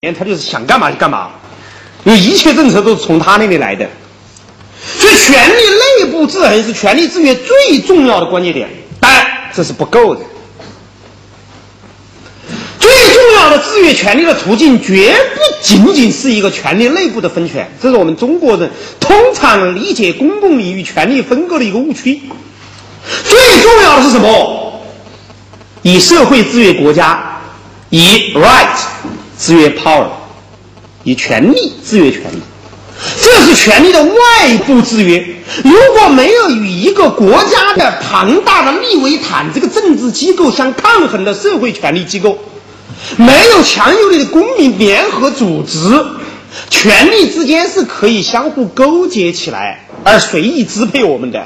他就是想干嘛就干嘛，因为一切政策都是从他那里来的。所以权力内部制衡是权力制约最重要的关键点，当然这是不够的。最重要的制约权力的途径绝不仅仅是一个权力内部的分权，这是我们中国人通常理解公共领域权力分割的一个误区。最重要的是什么？以社会制约国家，以 right 制约 power， 以权力制约权力，这是权力的外部制约。如果没有与一个国家的庞大的利维坦这个政治机构相抗衡的社会权力机构，没有强有力的公民联合组织，权力之间是可以相互勾结起来而随意支配我们的。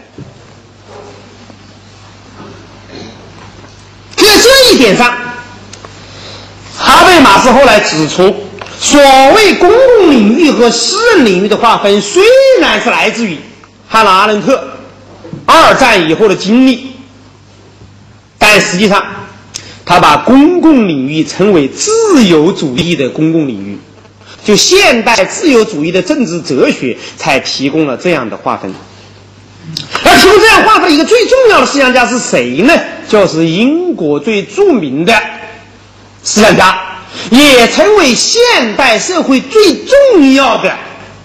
在这一点上，哈贝马斯后来指出，所谓公共领域和私人领域的划分虽然是来自于汉娜·阿伦特二战以后的经历，但实际上他把公共领域称为自由主义的公共领域，就现代自由主义的政治哲学才提供了这样的划分。而提供这样划分的一个最重要的思想家是谁呢？就是英国最著名的思想家，也成为现代社会最重要的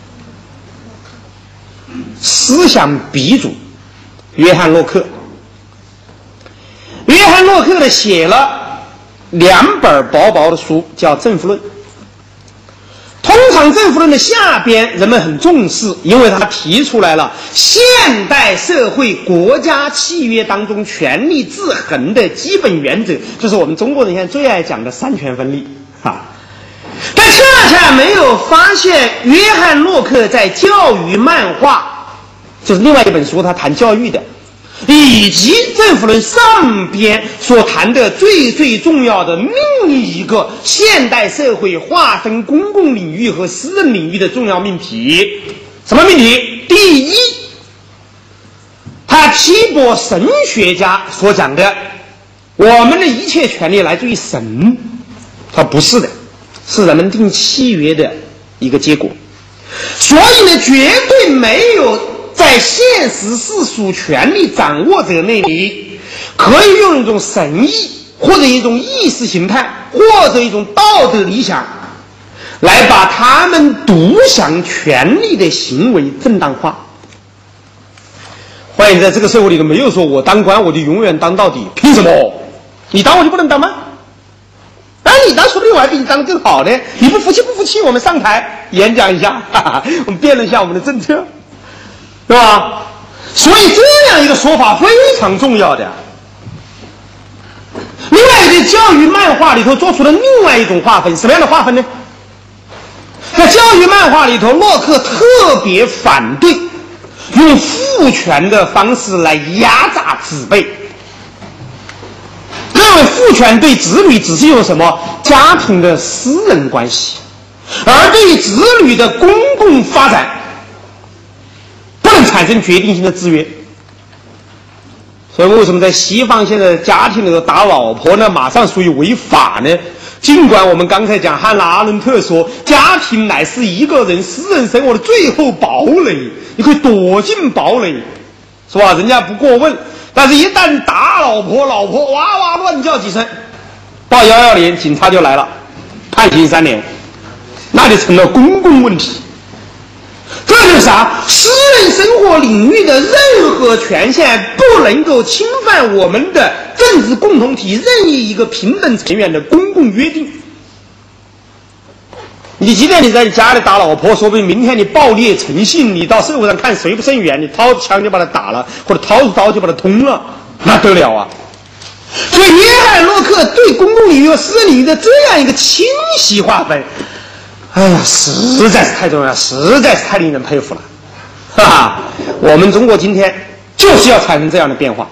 思想鼻祖约翰·洛克。约翰·洛克呢写了2本薄薄的书，叫《政府论》。通常政府论的下边人们很重视，因为他提出来了现代社会国家契约当中权力制衡的基本原则，就是我们中国人现在最爱讲的三权分立但恰恰没有发现约翰·洛克在教育漫画，就是另外一本书他谈教育的，以及政府论上边所谈的最重要的另一个现代社会划分公共领域和私人领域的重要命题。什么命题？第一，他批驳神学家所讲的我们的一切权利来自于神，他不是的，是人们定契约的一个结果。所以呢，绝对没有在现实世俗权力掌握者那里可以用一种神意或者一种意识形态或者一种道德理想来把他们独享权力的行为正当化。欢迎在这个社会里头没有说我当官我就永远当到底，凭什么？你当我就不能当吗？你当说不定我还比你当得更好呢。你不服气我们上台演讲一下，我们辩论一下我们的政策，对吧？所以这样一个说法非常重要的。另外在教育漫画里头做出了另外一种划分，什么样的划分呢？在教育漫画里头，洛克特别反对用父权的方式来压榨子辈，认为父权对子女只是一种什么家庭的私人关系，而对子女的公共发展不能产生决定性的制约。所以为什么在西方现在家庭里头打老婆呢马上属于违法呢？尽管我们刚才讲汉娜·阿伦特说家庭乃是一个人私人生活的最后堡垒，你可以躲进堡垒，是吧？人家不过问，但是一旦打老婆，老婆哇哇乱叫几声，报110，警察就来了，判刑3年，那就成了公共问题。这就是啥？私人生活领域的任何权限不能够侵犯我们的政治共同体任意一个平等成员的公共约定。你今天你在家里打老婆，说不定明天你暴烈成性，你到社会上看谁不胜缘，你掏枪就把他打了，或者掏出刀就把他捅了，那得了啊！所以约翰·洛克对公共领域和私人领域的这样一个清晰划分，哎呀，实在是太重要，实在是太令人佩服了，哈哈！我们中国今天就是要产生这样的变化。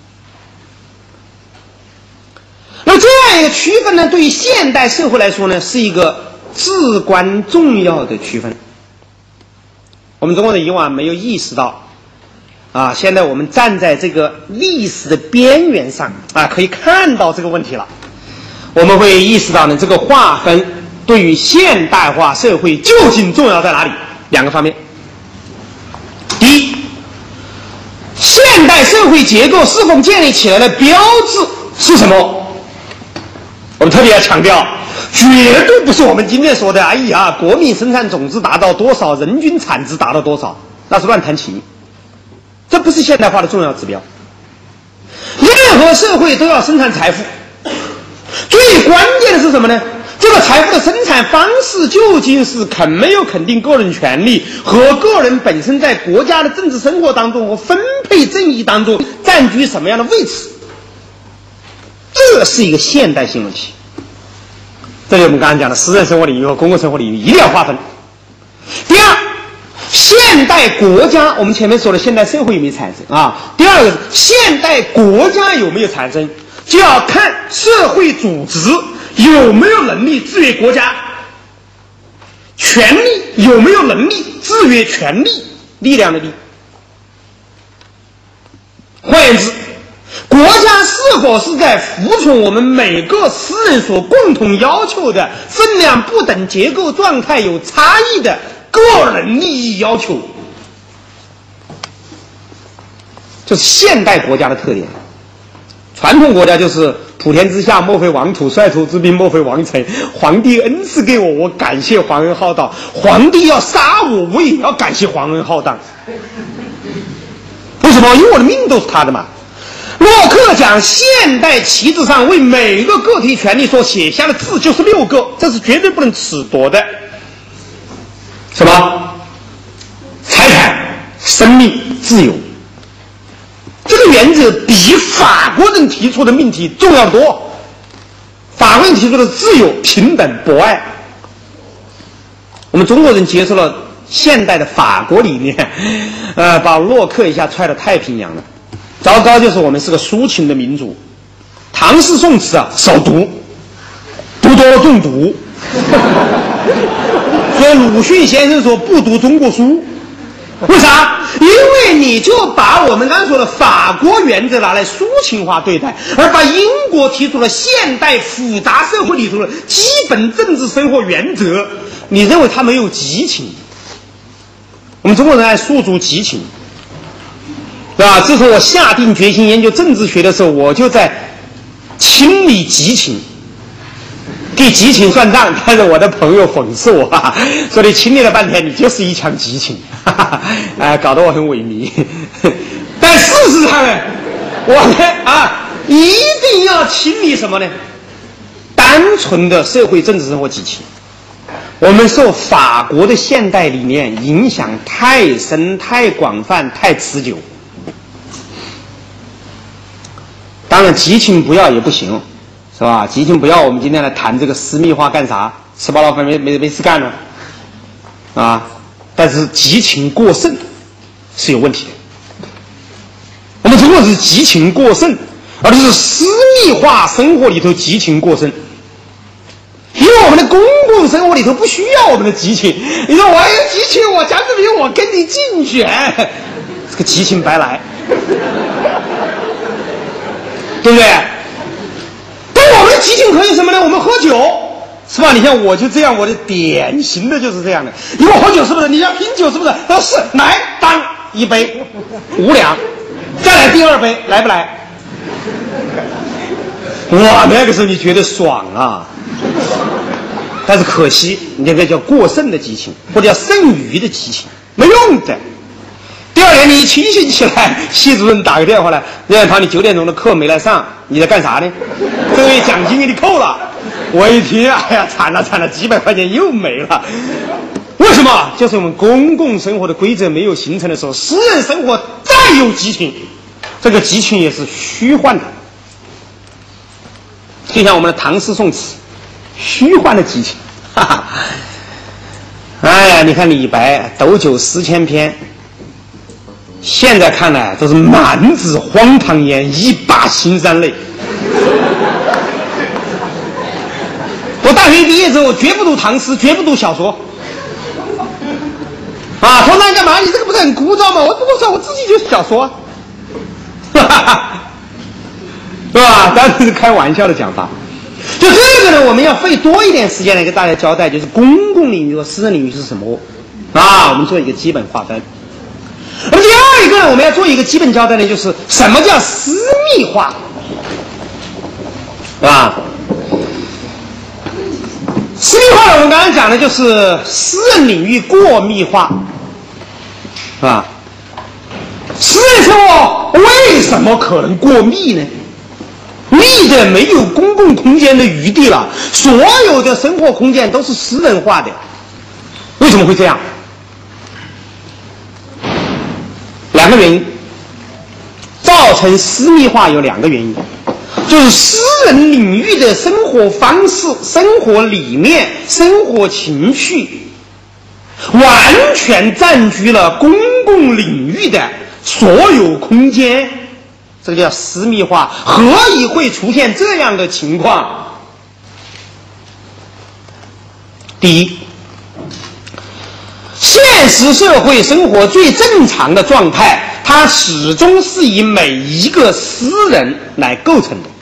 那么这样一个区分呢，对于现代社会来说呢，是一个至关重要的区分。我们中国人以往没有意识到，现在我们站在这个历史的边缘上可以看到这个问题了。我们会意识到呢，这个划分对于现代化社会究竟重要在哪里？两个方面。第一，现代社会结构是否建立起来的标志是什么？我们特别要强调，绝对不是我们今天说的哎呀，国民生产总值达到多少，人均产值达到多少，那是乱弹琴。这不是现代化的重要指标。任何社会都要生产财富，最关键的是什么呢？这个财富的生产方式究竟是没有肯定个人权利和个人本身在国家的政治生活当中和分配正义当中占据什么样的位置？这是一个现代性问题。这里我们刚才讲的私人生活领域和公共生活领域一定要划分。第二，现代国家，我们前面说的现代社会有没有产生啊？第二个是现代国家有没有产生，就要看社会组织有没有能力制约国家，权力有没有能力制约权力，力量的力。换言之，国家是否是在服从我们每个私人所共同要求的分量不等、结构状态有差异的个人利益要求，这是现代国家的特点。传统国家就是普天之下莫非王土，率土之滨莫非王臣，皇帝恩赐给我，我感谢皇恩浩荡，皇帝要杀我，我也要感谢皇恩浩荡。为什么？因为我的命都是他的嘛。洛克讲现代旗帜上为每个个体权利所写下的字就是6个，这是绝对不能褫夺的。什么？财产、生命、自由。这个原则比法国人提出的命题重要得多。法国人提出的自由、平等、博爱，我们中国人接受了现代的法国理念，把洛克一下踹到太平洋了。糟糕，就是我们是个抒情的民族，唐诗宋词啊少读，读多中毒。所以鲁迅先生说不读中国书，为啥？因为你就把我们刚才说的法国原则拿来抒情化对待，而把英国提出了现代复杂社会里头的基本政治生活原则，你认为它没有激情。我们中国人爱诉诸激情，对吧？自从我下定决心研究政治学的时候，我就在清理激情，给激情算账。但是我的朋友讽刺我，说你清理了半天，你就是一腔激情，搞得我很萎靡。但事实上呢，我呢一定要清理什么呢？单纯的社会政治生活激情。我们受法国的现代理念影响太深、太广泛、太持久。当然，激情不要也不行，是吧？激情不要，我们今天来谈这个私密化干啥？吃饱了饭没事干了啊！但是激情过剩是有问题的。我们中国是激情过剩，而不是私密化生活里头激情过剩。因为我们的公共生活里头不需要我们的激情。你说我有激情，我江泽民我跟你竞选，这个激情白来，对不对？但我们的激情可以什么呢？我们喝酒，是吧？你像我就这样，我的典型的就是这样的。因为我喝酒是不是？你要品酒是不是？是，来当一杯5两，再来第2杯，来不来？哇，那个时候你觉得爽啊！但是可惜，你这个叫过剩的激情，或者叫剩余的激情，没用的。第2天你一清醒起来，系主任打个电话来，让他你9点钟的课没来上，你在干啥呢？这个月奖金给你扣了。我一听，哎呀，惨了惨了，几百块钱又没了。为什么？就是我们公共生活的规则没有形成的时候，私人生活再有激情，这个激情也是虚幻的。就像我们的唐诗宋词，虚幻的激情，哈哈！哎呀，你看李白斗酒诗千篇，现在看来都是满纸荒唐言，一把辛酸泪。我大学毕业之后，绝不读唐诗，绝不读小说。通常干嘛？你这个不是很枯燥吗？我说我自己就是小说，哈哈哈，是吧？当然是开玩笑的讲法。 就这个呢，我们要费多一点时间来给大家交代，就是公共领域和私人领域是什么啊？我们做一个基本划分。而第二一个呢，我们要做一个基本交代呢，就是什么叫私密化，是吧？私密化我们刚才讲的就是私人领域过密化，是吧？私人生活为什么可能过密呢？密的没有公共空间的余地了，所有的生活空间都是私人化的。为什么会这样？两个原因，造成私密化有两个原因，就是私人领域的生活方式、生活理念、生活情绪完全占据了公共领域的所有空间，这个叫私密化。何以会出现这样的情况？第一，现实社会生活最正常的状态，它始终是以每一个私人来构成的，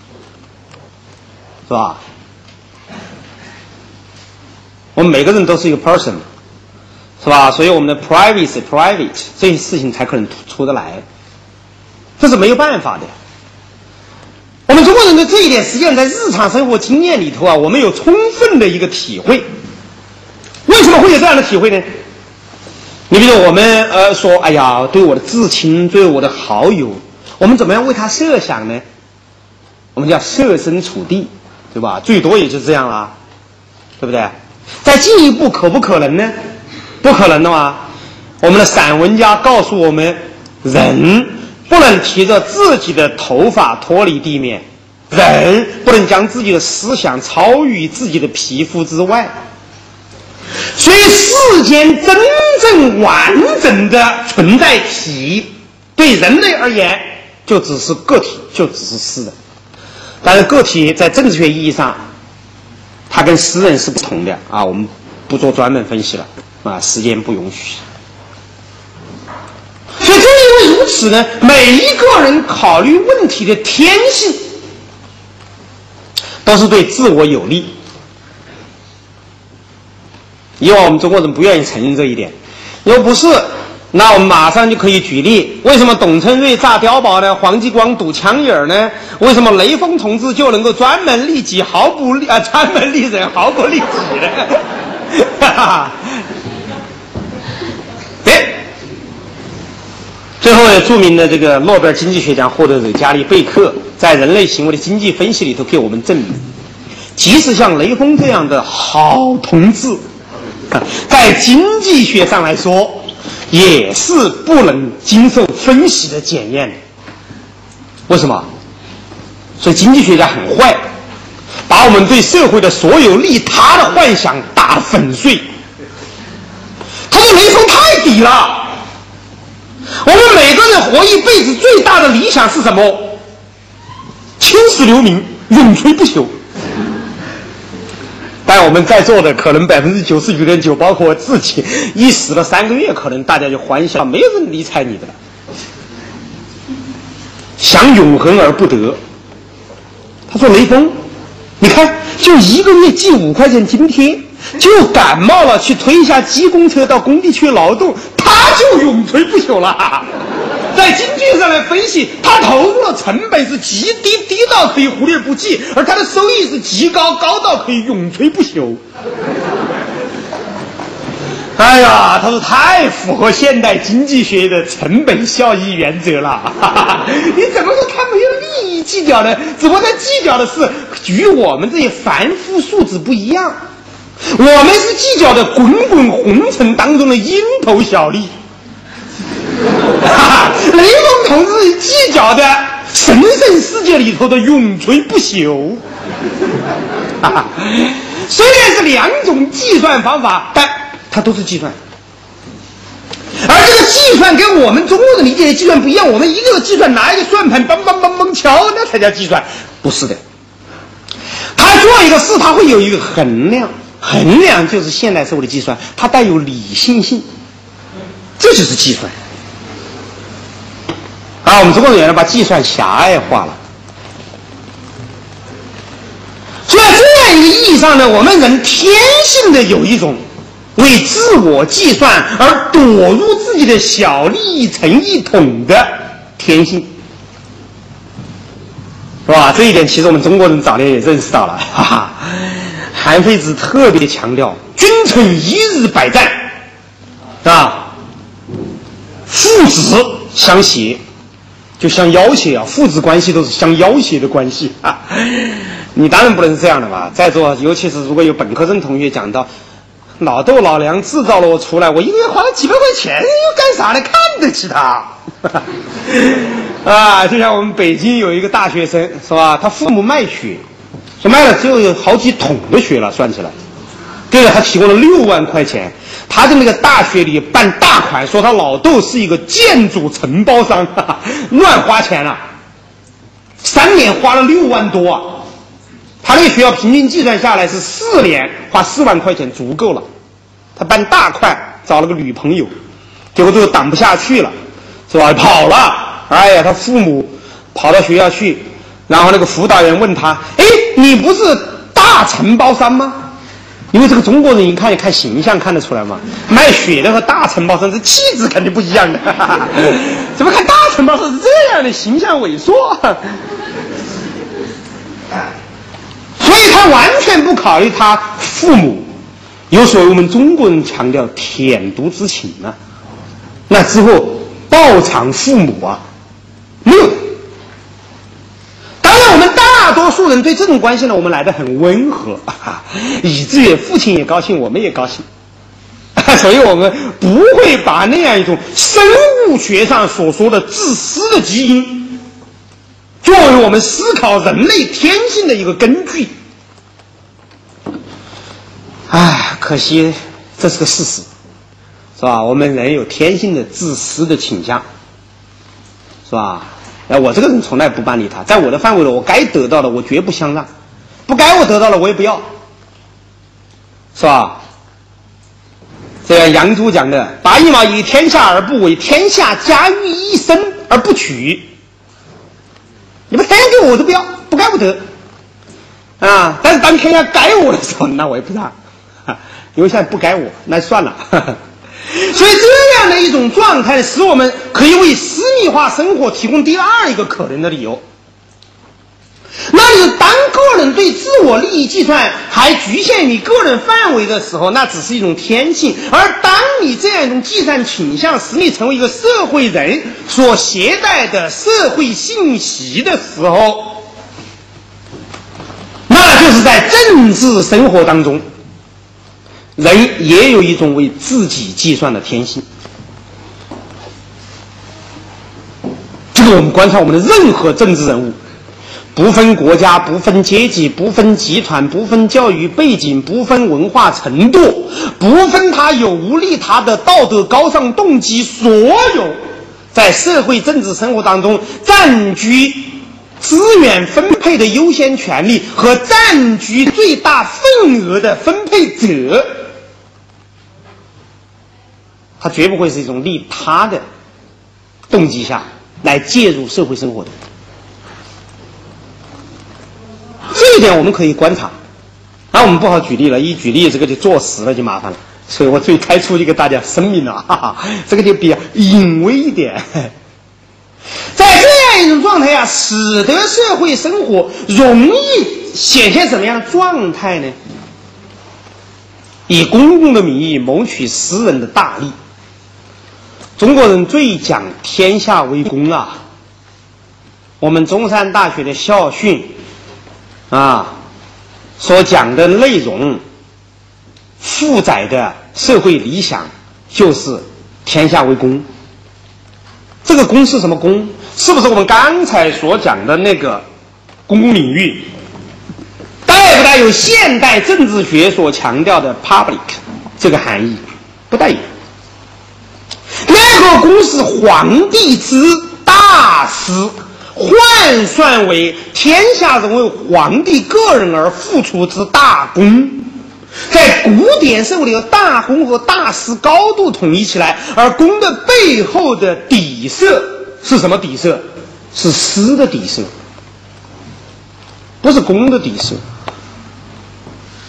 是吧？我们每个人都是一个 person， 是吧？所以我们的 privacy private 这些事情才可能出得来，这是没有办法的。我们中国人的这一点，实际上在日常生活经验里头啊，我们有充分的一个体会。为什么会有这样的体会呢？你比如我们说，哎呀，对我的至亲，对我的好友，我们怎么样为他设想呢？我们叫设身处地，对吧？最多也就这样啦，对不对？再进一步，可不可能呢？不可能的嘛。我们的散文家告诉我们，人不能提着自己的头发脱离地面，人不能将自己的思想超于自己的皮肤之外。所以世间真正完整的存在体，对人类而言就只是个体，就只是私人。但是个体在政治学意义上，它跟私人是不同的啊，我们不做专门分析了啊，时间不允许。所以正因为如此呢，每一个人考虑问题的天性都是对自我有利。以往我们中国人不愿意承认这一点，如果不是，那我们马上就可以举例，为什么董存瑞炸碉堡呢？黄继光堵枪眼呢？为什么雷锋同志就能够专门利己毫不专门利人毫不利己呢？最后著名的这个诺贝尔经济学奖获得者加利贝克在人类行为的经济分析里头给我们证明，即使像雷锋这样的好同志，在经济学上来说也是不能经受分析的检验。为什么？所以经济学家很坏，把我们对社会的所有利他的幻想打粉碎。他说雷锋太低了，我们每个人活一辈子最大的理想是什么？青史留名，永垂不朽。但我们在座的可能99.9%，包括我自己，一死了3个月，可能大家就欢笑，没有人理睬你的了。想永恒而不得。他说雷锋，你看，就1个月寄5块钱津贴，就感冒了去推一下机公车到工地去劳动，他就永垂不朽了。在经济上来分析，他投入的成本是极低，低到可以忽略不计，而他的收益是极高，高到可以永垂不朽。哎呀，他说太符合现代经济学的成本效益原则了。你怎么说他没有利益计较呢？只不过他计较的是与我们这些凡夫俗子不一样，我们是计较的滚滚红尘当中的蝇头小利。雷锋同志计较的神圣世界里头的永垂不朽。虽然是2种计算方法，但它都是计算。而这个计算跟我们中国人理解的计算不一样，我们一个计算拿一个算盘梆梆梆梆敲，那才叫计算。不是的，他做一个事，他会有一个衡量，衡量就是现代社会的计算，它带有理性性，这就是计算。我们中国人把计算狭隘化了。 际上呢，我们人天性的有一种为自我计算而躲入自己的小利益成一统的天性，是吧？这一点其实我们中国人早年也认识到了，哈哈。韩非子特别强调君臣一日百战，啊，父子相胁，就像要挟啊，父子关系都是相要挟的关系啊。你当然不能是这样的吧？在座，尤其是如果有本科生同学讲到，老豆老娘制造了我出来，我一个月花了几百块钱，又干啥呢？看得起他啊！就像我们北京有一个大学生，是吧？他父母卖血，说卖了只有好几桶的血了，算起来，给了他提供了6万块钱。他在那个大学里办大款，说他老豆是一个建筑承包商，哈哈，乱花钱了，3年花了6万多啊！他那个学校平均计算下来是4年花4万块钱足够了。他办大款找了个女朋友，结果最后挡不下去了，是吧？跑了。哎呀，他父母跑到学校去，然后那个辅导员问他：“哎，你不是大承包商吗？”因为这个中国人一看也看形象看得出来嘛，卖血的和大承包商这气质肯定不一样的。怎么看大承包商是这样的形象萎缩？所以他完全不考虑他父母，有所谓我们中国人强调舔犊之情啊，那之后报偿父母啊，没有。当然我们大多数人对这种关系呢，我们来得很温和，以至于父亲也高兴，我们也高兴，所以我们不会把那样一种生物学上所说的自私的基因作为我们思考人类天性的一个根据。可惜这是个事实，是吧？我们人有天性的自私的倾向，是吧？我这个人从来不办理他，在我的范围内，我该得到的我绝不相让，不该我得到的我也不要，是吧？这样杨朱讲的“拔一毛以天下而不为，天下家喻一身而不取”，你们天给我都不要，不该我得啊！但是当天下该我的时候，那我也不让，因为现在不该我，那算了。所以这样的一种状态，使我们可以为私密化生活提供第二一个可能的理由。那就是当个人对自我利益计算还局限于个人范围的时候，那只是一种天性；而当你这样一种计算倾向使你成为一个社会人所携带的社会信息的时候，那就是在政治生活当中，人也有一种为自己计算的天性。这个我们观察我们的任何政治人物，不分国家，不分阶级，不分集团，不分教育背景，不分文化程度，不分他有无利他的道德高尚动机，所有在社会政治生活当中占据资源分配的优先权利和占据最大份额的分配者，他绝不会是一种利他的动机下来介入社会生活的。这一点我们可以观察，我们不好举例了，一举例这个就作死了，就麻烦了。所以我最开初就给大家声明了，哈哈，这个就比较隐微一点。在这样一种状态下，使得社会生活容易显现什么样的状态呢？以公共的名义谋取私人的大利。中国人最讲天下为公啊，我们中山大学的校训所讲的内容，负载的社会理想就是天下为公。这个公是什么公？是不是我们刚才所讲的那个公共领域？带不带有现代政治学所强调的 public 这个含义？不带有。那个公是皇帝之大私，换算为天下人为皇帝个人而付出之大功。在古典社会里，大公和大私高度统一起来，而公的背后的底色是什么底色？是私的底色，不是公的底色。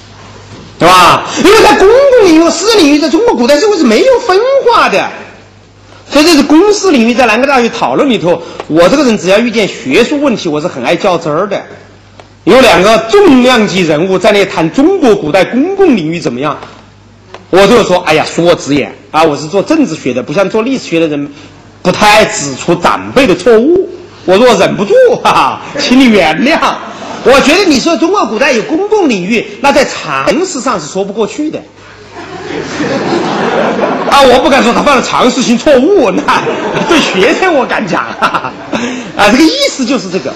因为在公共领域和私领域在中国古代社会是没有分化的。所以这是公私领域在南开大学讨论里头，我这个人只要遇见学术问题，我是很爱较真儿的。有两个重量级人物在那谈中国古代公共领域怎么样，我就说哎呀恕我直言啊，我是做政治学的，不像做历史学的人不太爱指出长辈的错误。我说我忍不住请你原谅。我觉得你说中国古代有公共领域，那在常识上是说不过去的。啊，我不敢说他犯了常识性错误，那对学生我敢讲啊，这个意思就是这个。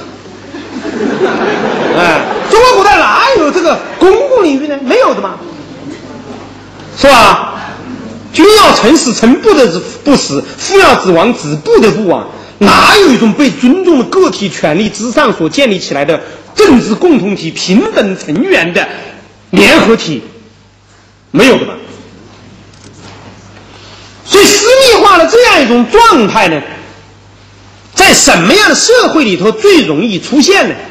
中国古代哪有这个公共领域呢？没有的嘛，是吧？君要臣死，臣不得不死；父要子亡，子不得不亡。哪有一种被尊重的个体权利之上所建立起来的政治共同体、平等成员的联合体？没有的嘛。所以私密化的这样一种状态呢，在什么样的社会里头最容易出现呢？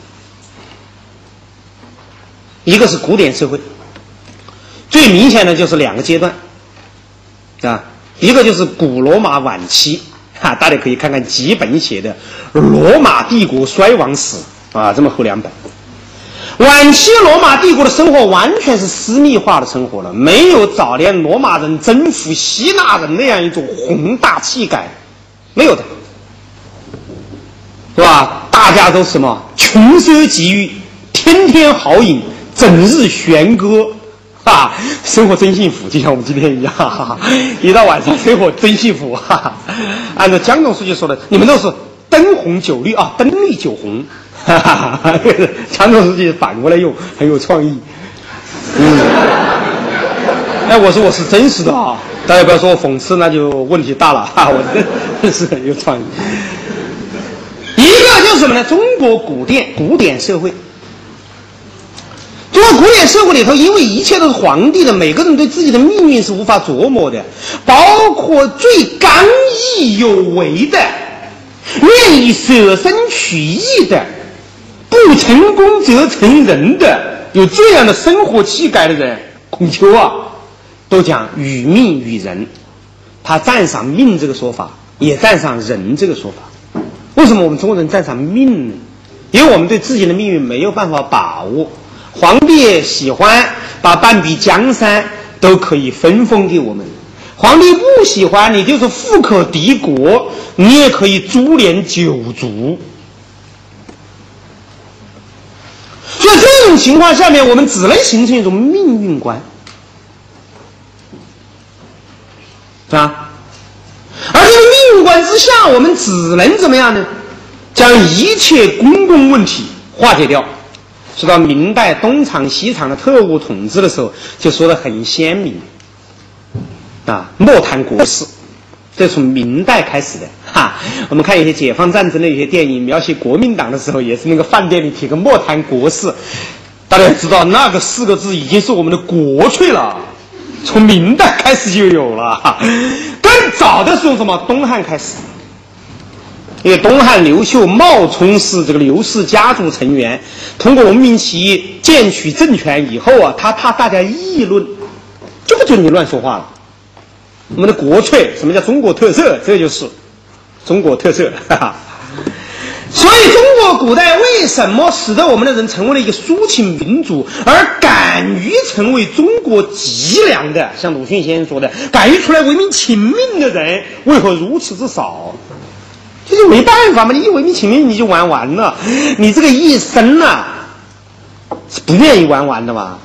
一个是古典社会，最明显的就是两个阶段啊，一个就是古罗马晚期啊，大家可以看看几本写的《罗马帝国衰亡史》啊，这么厚两本。晚期罗马帝国的生活完全是私密化的生活了，没有早年罗马人征服希腊人那样一种宏大气概，没有的，是吧？大家都什么穷奢极欲，天天豪饮，整日弦歌啊，生活真幸福，就像我们今天一样，一到晚上生活真幸福按照江总书记说的，你们都是灯红酒绿啊，灯绿酒红。江总书记反过来用，很有创意。我说我是真实的啊，大家不要说我讽刺，那就问题大了我真是很有创意。一个就是什么呢？中国古典社会。中国古典社会里头，因为一切都是皇帝的，每个人对自己的命运是无法琢磨的，包括最刚毅有为的，愿意舍身取义的，不成功则成仁的，有这样的生活气概的人，孔丘啊，都讲与命与仁，他赞赏命这个说法，也赞赏仁这个说法。为什么我们中国人赞赏命呢？因为我们对自己的命运没有办法把握。皇帝喜欢把半壁江山都可以分封给我们，皇帝不喜欢，你就是富可敌国，你也可以株连九族。所以这种情况下面，我们只能形成一种命运观，是吧？而这个命运观之下，我们只能怎么样呢？将一切公共问题化解掉。说到明代东厂西厂的特务统治的时候，就说得很鲜明啊，莫谈国事，这从明代开始的我们看有些解放战争的有些电影描写国民党的时候，也是那个饭店里提个莫谈国事，大家知道那个4个字已经是我们的国粹了，从明代开始就有了。更早的时候什么东汉开始，因为东汉刘秀冒充是这个刘氏家族成员，通过农民起义建取政权以后他怕大家议论，就不准你乱说话了。我们的国粹，什么叫中国特色？这就是中国特色所以中国古代为什么使得我们的人成为了一个抒情民族，而敢于成为中国脊梁的，像鲁迅先生说的，敢于出来为民请命的人为何如此之少？这就没办法嘛，你一为民请命你就玩完了，你这个一生是不愿意玩完的嘛，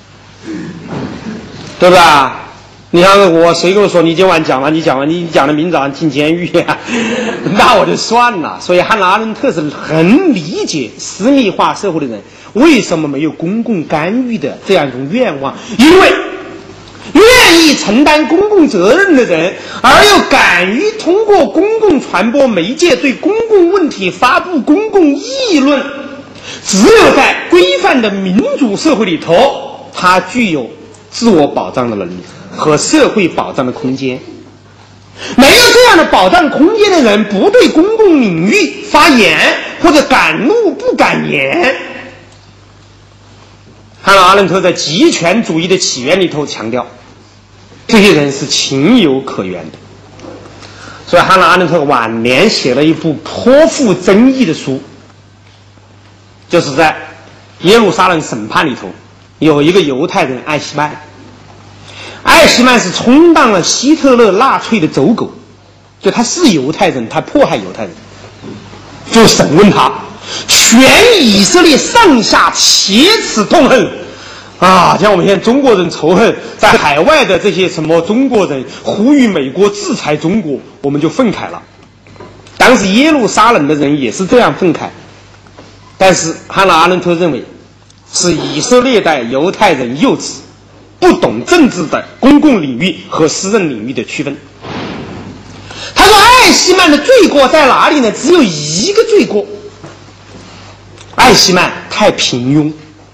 对吧？你看我，谁跟我说你今晚讲完，你讲的明早上进监狱那我就算了。所以汉娜阿伦特是很理解私密化社会的人为什么没有公共干预的这样一种愿望，因为愿意承担公共责任的人，而又敢于通过公共传播媒介对公共问题发布公共议论，只有在规范的民主社会里头，他具有自我保障的能力和社会保障的空间。没有这样的保障空间的人，不对公共领域发言，或者敢怒不敢言， 汉娜·阿伦特在极权主义的起源里头强调，这些人是情有可原的。所以汉娜·阿伦特晚年写了一部颇富争议的书，就是在耶路撒冷审判里头有一个犹太人艾希曼。艾希曼是充当了希特勒纳粹的走狗，就他是犹太人，他迫害犹太人，就审问他，全以色列上下切齿痛恨啊！像我们现在中国人仇恨在海外的这些什么中国人，呼吁美国制裁中国，我们就愤慨了。当时耶路撒冷的人也是这样愤慨，但是汉娜·阿伦特认为是以色列的犹太人幼稚，不懂政治的公共领域和私人领域的区分。他说艾希曼的罪过在哪里呢？只有一个罪过，艾希曼太平庸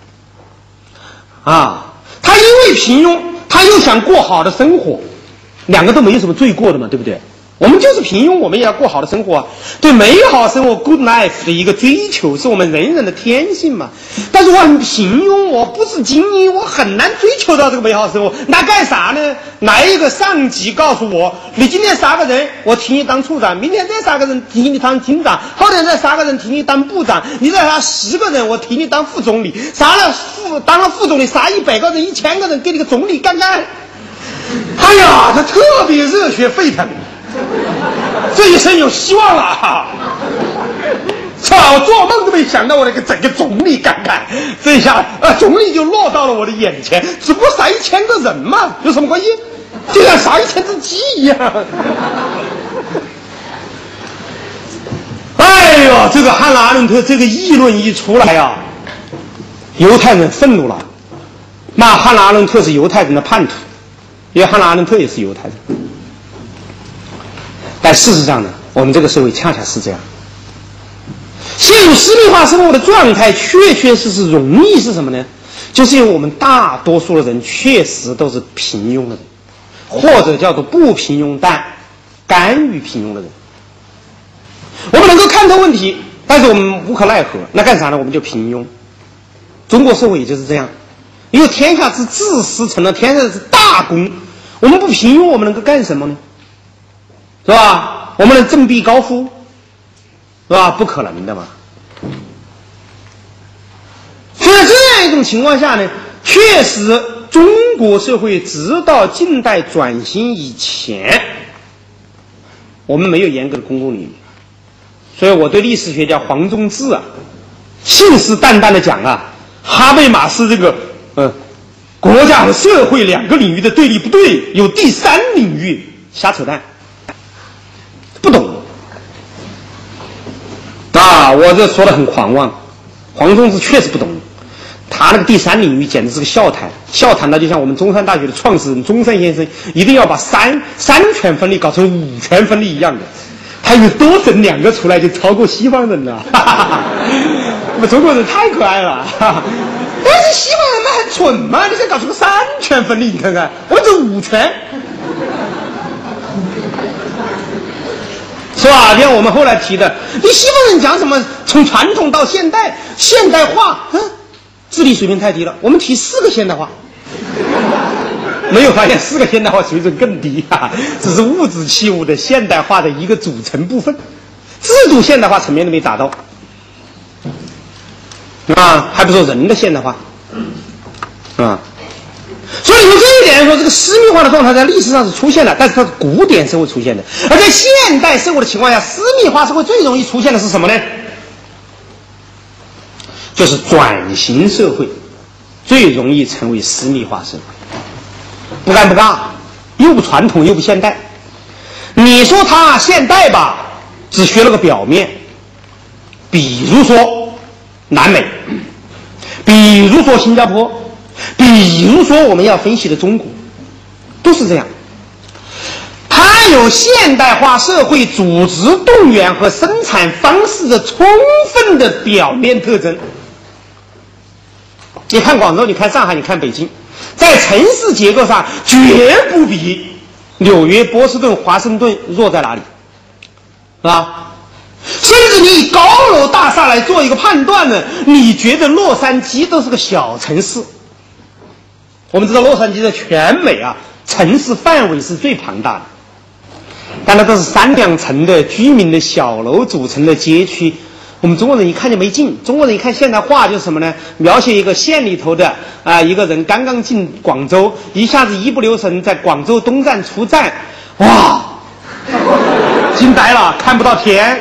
啊！他因为平庸，他又想过好的生活，两个都没有什么罪过的嘛，对不对？我们就是平庸，我们也要过好的生活啊。对美好生活 good life 的一个追求是我们人的天性嘛。但是我很平庸，我不是精英，我很难追求到这个美好生活。那干啥呢？来一个上级告诉我，你今天杀个人，我提你当处长；明天再杀个人，提你当厅长；后天再杀个人，提你当部长；你再杀10个人，我提你当副总理。当了副总理，杀100个人、1000个人，给你个总理干干。哎呀，他特别热血沸腾。这一生有希望了，是吧？我做梦都没想到我那个整个总理干干，这一下总理就落到了我的眼前。只不过杀1000个人嘛，有什么关系？就像杀1000只鸡一样。哎呦，这个汉娜·阿伦特这个议论一出来啊，犹太人愤怒了，骂汉娜·阿伦特是犹太人的叛徒，因为汉娜·阿伦特也是犹太人。但事实上呢，我们这个社会恰恰是这样，陷入私密化生活的状态确确实实容易是什么呢？就是因为我们大多数的人确实都是平庸的人，或者叫做不平庸但甘于平庸的人。我们能够看透问题，但是我们无可奈何，那干啥呢？我们就平庸。中国社会也就是这样，因为天下之至实成了天下之大功，我们不平庸，我们能够干什么呢？是吧？我们能振臂高呼，是吧？不可能的嘛。所以在这样一种情况下呢，确实中国社会直到近代转型以前，我们没有严格的公共领域。所以我对历史学家黄宗智啊，信誓旦旦的讲啊，哈贝马斯这个国家和社会两个领域的对立不对，有第三领域，瞎扯淡。不懂啊！我这说的很狂妄，黄宗智确实不懂，他那个第三领域简直是个笑谈，笑谈的就像我们中山大学的创始人中山先生一定要把三权分立搞成5权分立一样的，他有多整2个出来就超过西方人了。我们中国人太可爱了，但是西方人们很蠢嘛，你想搞出个3权分立，你看看我们这5权。是吧？像我们后来提的，你西方人讲什么从传统到现代化，智力水平太低了。我们提4个现代化，没有发现4个现代化水准更低啊，只是物质器物的现代化的一个组成部分，制度现代化层面都没达到啊，还不说人的现代化啊。所以从这一点来说，这个私密化的状态在历史上是出现的，但是它是古典社会出现的。而在现代社会的情况下，私密化社会最容易出现的是什么呢？就是转型社会最容易成为私密化社会，不干不尬，又不传统又不现代。你说它现代吧，只学了个表面，比如说南美，比如说新加坡，比如说我们要分析的中国，都是这样。它有现代化社会组织动员和生产方式的充分的表面特征。你看广州，你看上海，你看北京，在城市结构上绝不比纽约、波士顿、华盛顿弱在哪里，是吧？甚至你以高楼大厦来做一个判断呢，你觉得洛杉矶都是个小城市， 我们知道洛杉矶的全美啊，城市范围是最庞大的，但那都是3、2层的居民的小楼组成的街区。我们中国人一看就没劲。中国人一看现代化就是什么呢？描写一个县里头的一个人刚刚进广州，一下子一不留神在广州东站出站，哇，惊呆了，看不到天。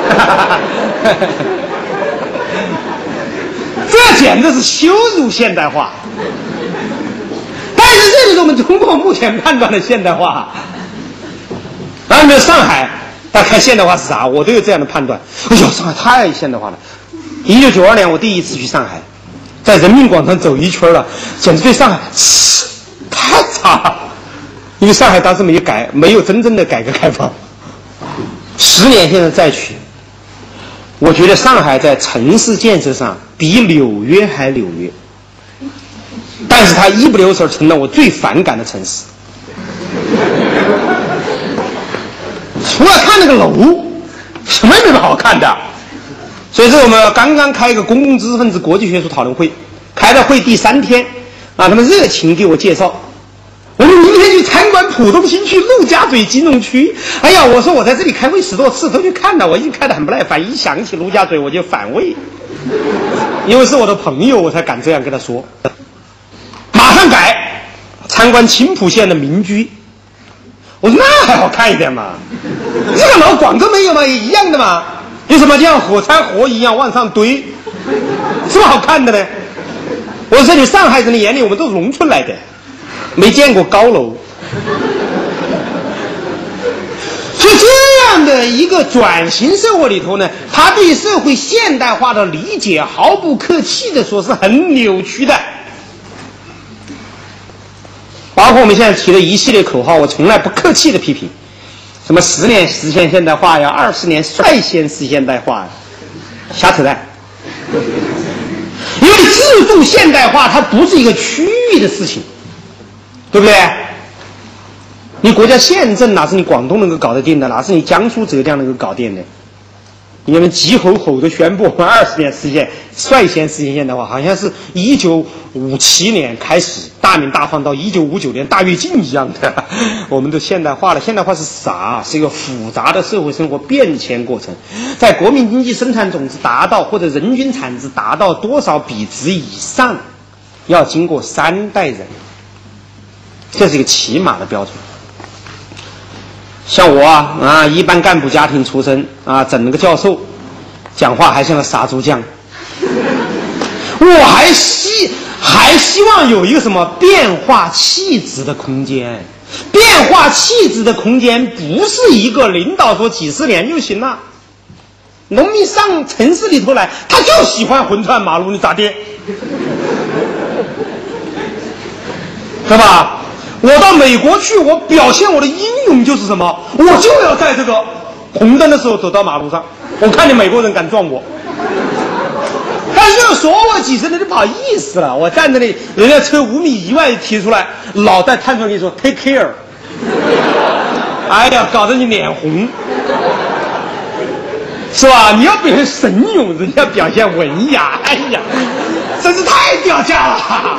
这简直是羞辱现代化。但是这就是我们中国目前判断的现代化。按照上海，大家看现代化是啥？我都有这样的判断。哎呦，上海太现代化了。1992年我第一次去上海，在人民广场走一圈了，简直对上海太差了。因为上海当时没有真正的改革开放。10年现在再去，我觉得上海在城市建设上比纽约还纽约，但是它一不留神成了我最反感的城市。除了看那个楼，什么也没什么好看的。所以说我们刚刚开一个公共知识分子国际学术讨论会，开了会第3天他们热情给我介绍，我们明天去参观浦东新区陆家嘴金融区。哎呀，我说我在这里开会10多次都去看了，我已经开得很不耐烦，一想起陆家嘴我就反胃。因为是我的朋友，我才敢这样跟他说。马上改，参观青浦县的民居。我说那还好看一点嘛，这个楼广州没有嘛，也一样的嘛，有什么就像火柴盒一样往上堆，什么好看的呢？我说你上海人的眼里，我们都是农村来的，没见过高楼。所以这样的一个转型社会里头呢，他对社会现代化的理解毫不客气的说是很扭曲的。包括我们现在提的一系列口号，我从来不客气的批评，什么10年实现现代化呀，20年率先实现现代化呀，瞎扯淡。因为制度现代化它不是一个区域的事情，对不对？你国家县政哪是你广东能够搞得定的，哪是你江苏浙江能够搞定的？你们急吼吼的宣布我们20年率先实现现代化，好像是1957年开始大鸣大放到1959年大跃进一样的。我们都现代化了，现代化是啥？是一个复杂的社会生活变迁过程，在国民经济生产总值达到或者人均产值达到多少比值以上，要经过3代人，这是一个起码的标准。像我一般干部家庭出身整了个教授，讲话还像个杀猪匠。我还希望有一个什么变化气质的空间。变化气质的空间不是一个领导说几十年就行了。农民上城市里头来，他就喜欢横穿马路，你咋的？对吧？我到美国去，我表现我的英勇就是什么？我就要在这个红灯的时候走到马路上，我看你美国人敢撞我。但是要说我几十人就不好意思了，我站在那里，人家车5米以外提出来，脑袋探出来跟你说 take care， 哎呀，搞得你脸红，是吧？你要表现神勇，人家表现文雅，哎呀，真是太掉价了。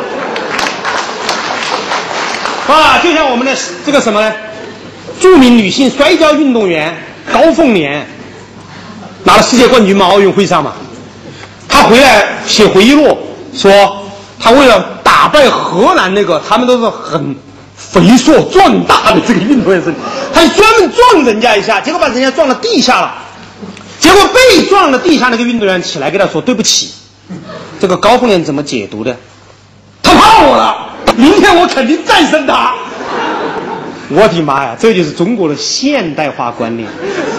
就像我们的这个什么呢？著名女性摔跤运动员高凤年拿了世界冠军嘛，奥运会上嘛，她回来写回忆录说，她为了打败荷兰那个他们都是很肥硕壮大的这个运动员，她专门撞人家一下，结果把人家撞到地下了。结果被撞了地下那个运动员起来跟他说对不起。这个高凤年怎么解读的？他怕我了，明天我肯定战胜他。我的妈呀，这就是中国的现代化观念。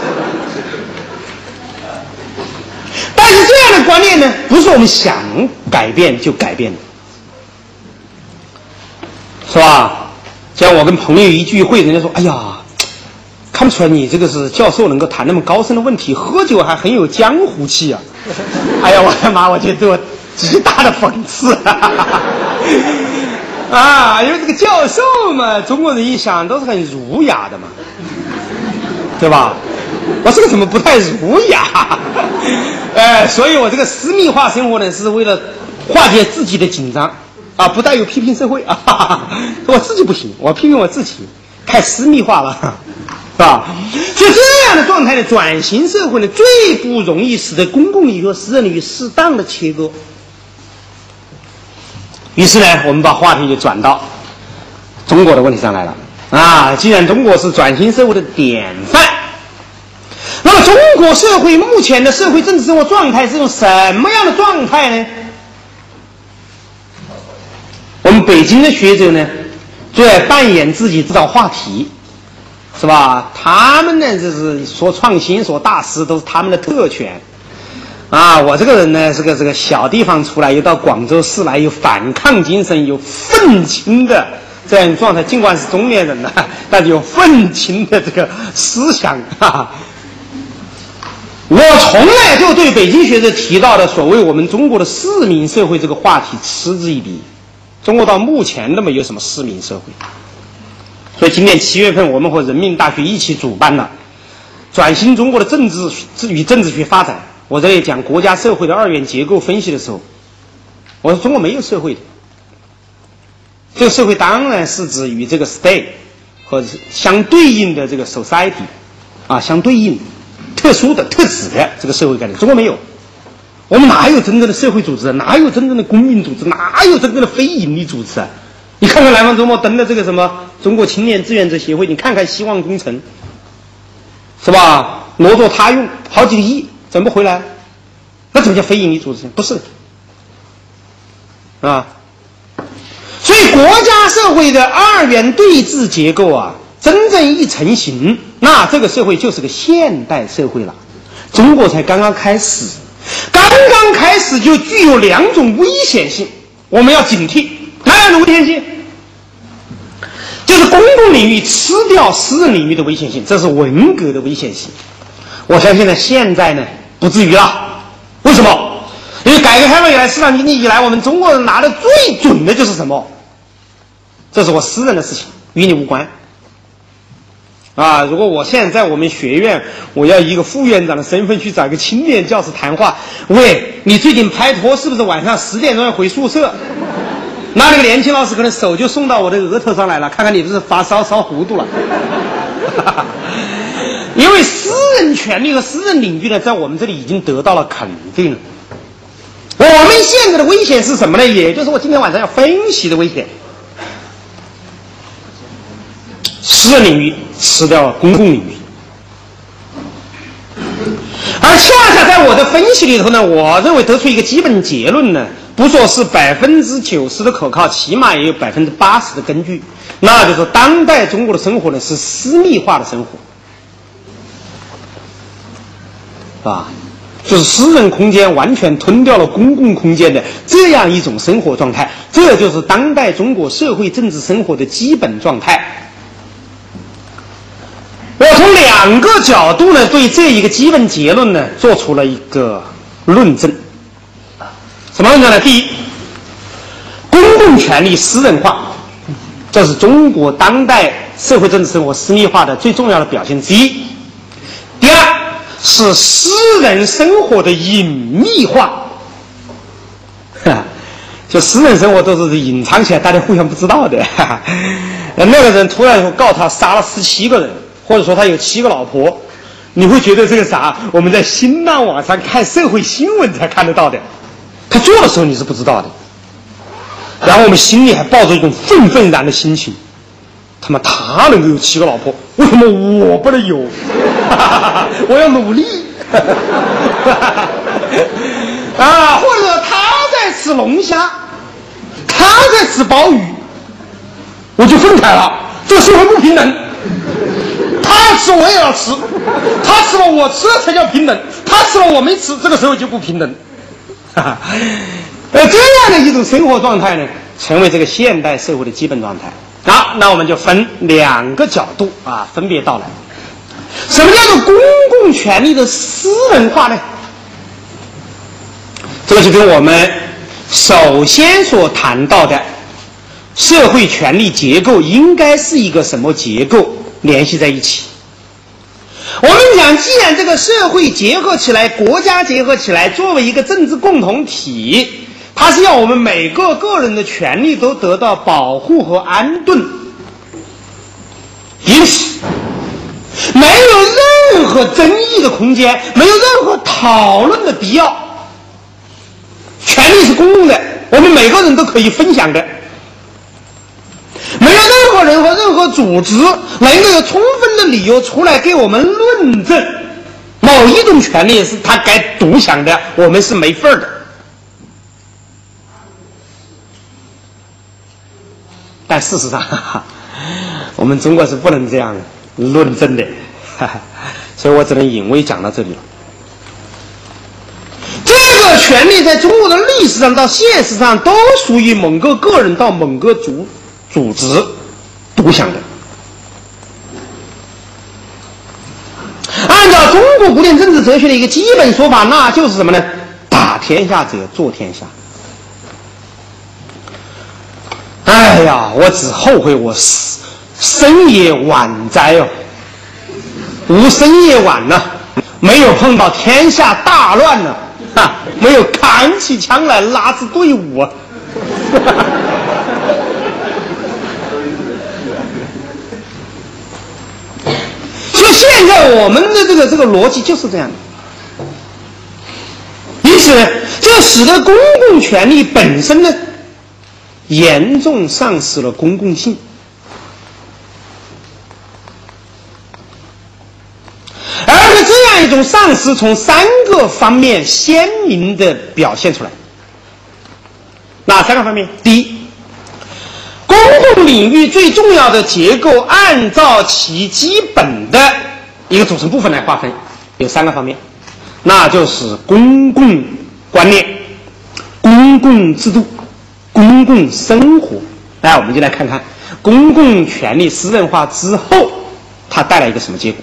但是这样的观念呢，不是我们想改变就改变的，是吧？像我跟朋友一聚会，人家说哎呀，看不出来你这个是教授能够谈那么高深的问题，喝酒还很有江湖气啊。哎呀，我的妈，我觉得我极大的讽刺因为这个教授嘛，中国人一想都是很儒雅的嘛，对吧？我这个怎么不太儒雅？所以我这个私密化生活呢，是为了化解自己的紧张。 啊，不带有批评社会啊，哈哈，我自己不行，我批评我自己，太私密化了，是吧？所以这样的状态呢，转型社会呢，最不容易使得公共领域和私人领域适当的切割。于是呢，我们把话题就转到中国的问题上来了啊！既然中国是转型社会的典范，那么中国社会目前的社会政治生活状态是种什么样的状态呢？我们北京的学者呢，最爱扮演自己制造话题，是吧？他们呢，就是说创新、说大师，都是他们的特权。啊，我这个人呢，是个这个小地方出来，又到广州市来，有反抗精神，有愤青的这样状态。尽管是中年人呢，但是有愤青的这个思想。哈哈，我从来就对北京学者提到的所谓我们中国的市民社会这个话题嗤之以鼻。中国到目前都没有什么市民社会，所以今年7月份，我们和人民大学一起主办了转型中国的政治与政治学发展。我在这里讲国家社会的2元结构分析的时候，我说中国没有社会的，这个社会当然是指与这个 state 和相对应的这个 society 啊，相对应特殊的特指的这个社会概念，中国没有。我们哪有真正的社会组织啊？哪有真正的公民组织？哪有真正的非营利组织啊？你看看南方周末登的这个什么中国青年志愿者协会，你看看希望工程，是吧？挪作他用好几个亿，怎么不回来？那怎么叫非营利组织？不是啊。所以国家社会的2元对峙结构啊，真正一成型，那这个社会就是个现代社会了。中国才刚刚开始。刚刚开始就具有2种危险性，我们要警惕。哪2种危险性？就是公共领域吃掉私人领域的危险性，这是文革的危险性。我相信呢，现在呢不至于了。为什么？因为改革开放以来，市场经济以来，我们中国人拿的最准的就是什么？这是我私人的事情，与你无关。啊！如果我现在在我们学院，我要一个副院长的身份去找一个青年教师谈话，喂，你最近拍拖是不是晚上10点钟要回宿舍？那个年轻老师可能手就送到我的额头上来了，看看你不是发烧烧糊涂了。因为私人权利和私人领域呢，在我们这里已经得到了肯定了。我们现在的危险是什么呢？也就是我今天晚上要分析的危险。私人领域吃掉了公共领域，而恰恰在我的分析里头呢，我认为得出一个基本结论呢，不说是90%的可靠，起码也有80%的根据，那就是当代中国的生活呢是私密化的生活，啊，就是私人空间完全吞掉了公共空间的这样一种生活状态，这就是当代中国社会政治生活的基本状态。我从2个角度呢，对这一个基本结论呢，做出了一个论证。什么论证呢？第一，公共权力私人化，这是中国当代社会政治生活私密化的最重要的表现之一。第二，是私人生活的隐秘化，就私人生活都是隐藏起来，大家互相不知道的。那个人突然告他杀了17个人。或者说他有7个老婆，你会觉得这个啥？我们在新浪网上看社会新闻才看得到的，他做的时候你是不知道的。然后我们心里还抱着一种愤愤然的心情，他妈他能够有7个老婆，为什么我不能有？我要努力。啊，或者他在吃龙虾，他在吃鲍鱼，我就愤慨了，这个社会不平等。他吃我也要吃，他吃了我吃了才叫平等，他吃了我没吃，这个时候就不平等。这样的一种生活状态呢，成为这个现代社会的基本状态。好，那我们就分2个角度啊，分别道来。什么叫做公共权力的私人化呢？这个就跟我们首先所谈到的社会权力结构应该是一个什么结构联系在一起。我们讲，既然这个社会结合起来，国家结合起来，作为一个政治共同体， 它是要我们每个个人的权利都得到保护和安顿，因此没有任何争议的空间，没有任何讨论的必要。权利是公共的，我们每个人都可以分享的，没有任何人和任何组织能够有充分的理由出来给我们论证某一种权利是他该独享的，我们是没份儿的。但事实上，我们中国是不能这样论证的，所以我只能隐微讲到这里了。这个权利在中国的历史上到现实上都属于某个个人到某个组织独享的。按照中国古典政治哲学的一个基本说法，那就是什么呢？打天下者做天下。哎呀，我只后悔我生也晚哉哦，无生也晚呢，没有碰到天下大乱呢，没有扛起枪来拉支队伍啊。所以现在我们的这个逻辑就是这样的，因此这使得公共权利本身呢严重丧失了公共性。而且这样一种丧失从三个方面鲜明地表现出来。哪三个方面？第一，公共领域最重要的结构按照其基本的一个组成部分来划分，有三个方面，那就是公共观念、公共制度、公共生活。来，我们就来看看公共权利私人化之后它带来一个什么结果。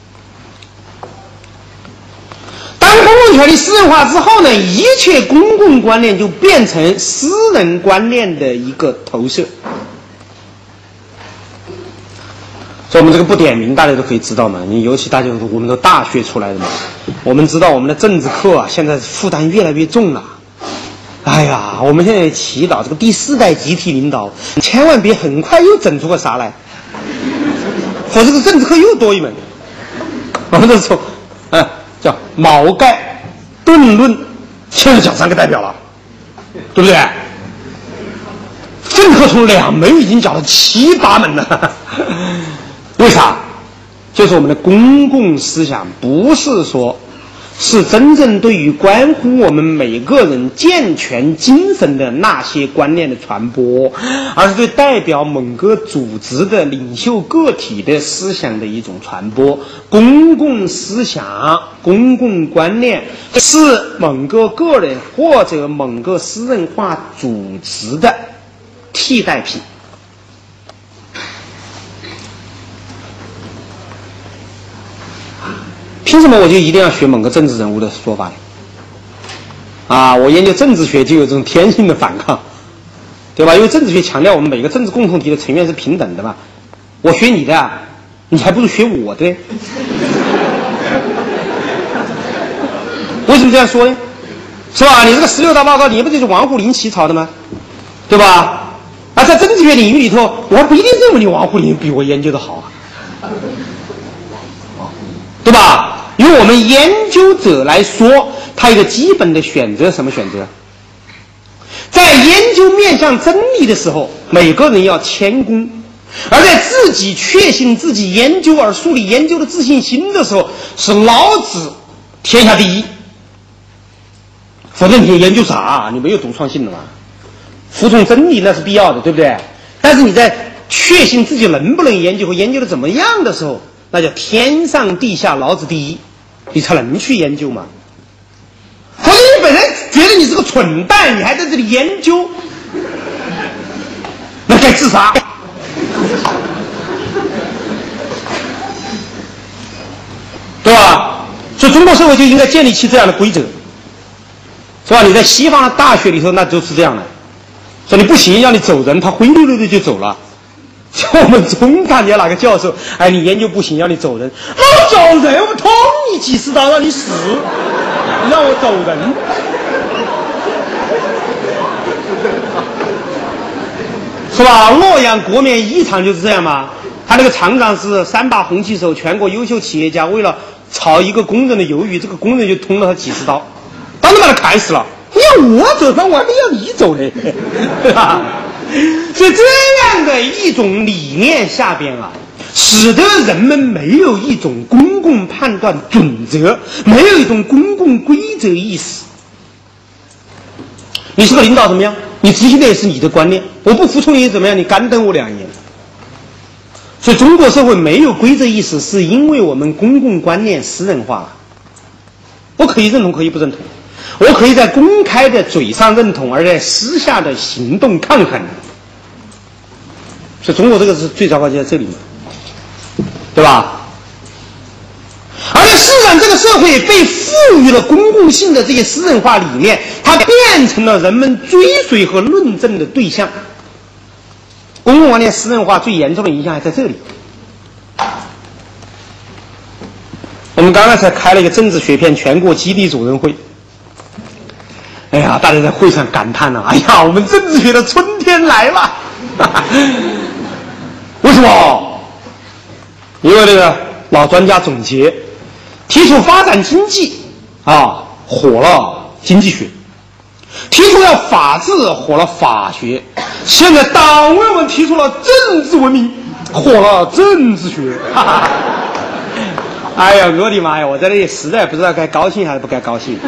当公共权利私人化之后呢，一切公共观念就变成私人观念的一个投射。所以我们这个不点名大家都可以知道嘛，你尤其大家我们都大学出来的嘛，我们知道我们的政治课啊现在负担越来越重了。哎呀，我们现在祈祷这个第四代集体领导千万别很快又整出个啥来，否则这个政治课又多一门。我们这从叫毛概顿论，现在讲3个代表了，对不对？政治课从2门已经讲了7、8门了。为啥？就是我们的公共思想不是说是真正对于关乎我们每个人健全精神的那些观念的传播，而是对代表某个组织的领袖个体的思想的一种传播。公共思想、公共观念是某个个人或者某个私人化组织的替代品。凭什么我就一定要学某个政治人物的说法呢？我研究政治学就有这种天性的反抗，对吧？因为政治学强调我们每个政治共同体的成员是平等的嘛。我学你的，你还不如学我的。为什么这样说呢？是吧？你这个16大报告，你不就是王沪宁起草的吗？对吧？在政治学领域里头，我还不一定认为你王沪宁比我研究的好啊，对吧？由我们研究者来说，他一个基本的选择，什么选择？在研究面向真理的时候，每个人要谦恭；而在自己确信自己研究而树立研究的自信心的时候，是老子天下第一。否则你研究啥？你没有独创性的嘛。服从真理那是必要的，对不对？但是你在确信自己能不能研究和研究的怎么样的时候，那叫天上地下老子第一，你才能去研究嘛。否则你本来觉得你是个蠢蛋，你还在这里研究，那该自杀。对吧？所以中国社会就应该建立起这样的规则，是吧？你在西方的大学里头那就是这样的，说你不行让你走人，他灰溜溜的就走了。像我们中大年哪个教授，你研究不行让你走人，我走人，我捅你几十刀让你死，你让我走人。 是吧？洛阳国棉一厂就是这样嘛。他那个厂长是3把红旗手，全国优秀企业家，为了炒一个工人的鱿鱼，这个工人就捅了他几10刀，当时把他砍死了。你要我走，那我还没要你走嘞，对吧？所以这样的一种理念下边啊，使得人们没有一种公共判断准则，没有一种公共规则意识。你是个领导怎么样？你执行的也是你的观念，我不服从你怎么样？你干瞪我2眼。所以中国社会没有规则意识，是因为我们公共观念私人化了。我可以认同，可以不认同。我可以在公开的嘴上认同，而在私下的行动抗衡。所以中国这个是最糟糕，就在这里嘛，对吧？而且事实上，这个社会被赋予了公共性的这些私人化理念，它变成了人们追随和论证的对象。公共观念私人化最严重的影响还在这里。我们刚刚才开了一个政治学片全国基地主任会，哎呀，大家在会上感叹了，哎呀，我们政治学的春天来了。为什么？因为那个老专家总结提出发展经济啊，火了经济学；提出要法治，火了法学；现在党为我们提出了政治文明，火了政治学。哎呀，我的妈呀！我在那里实在不知道该高兴还是不该高兴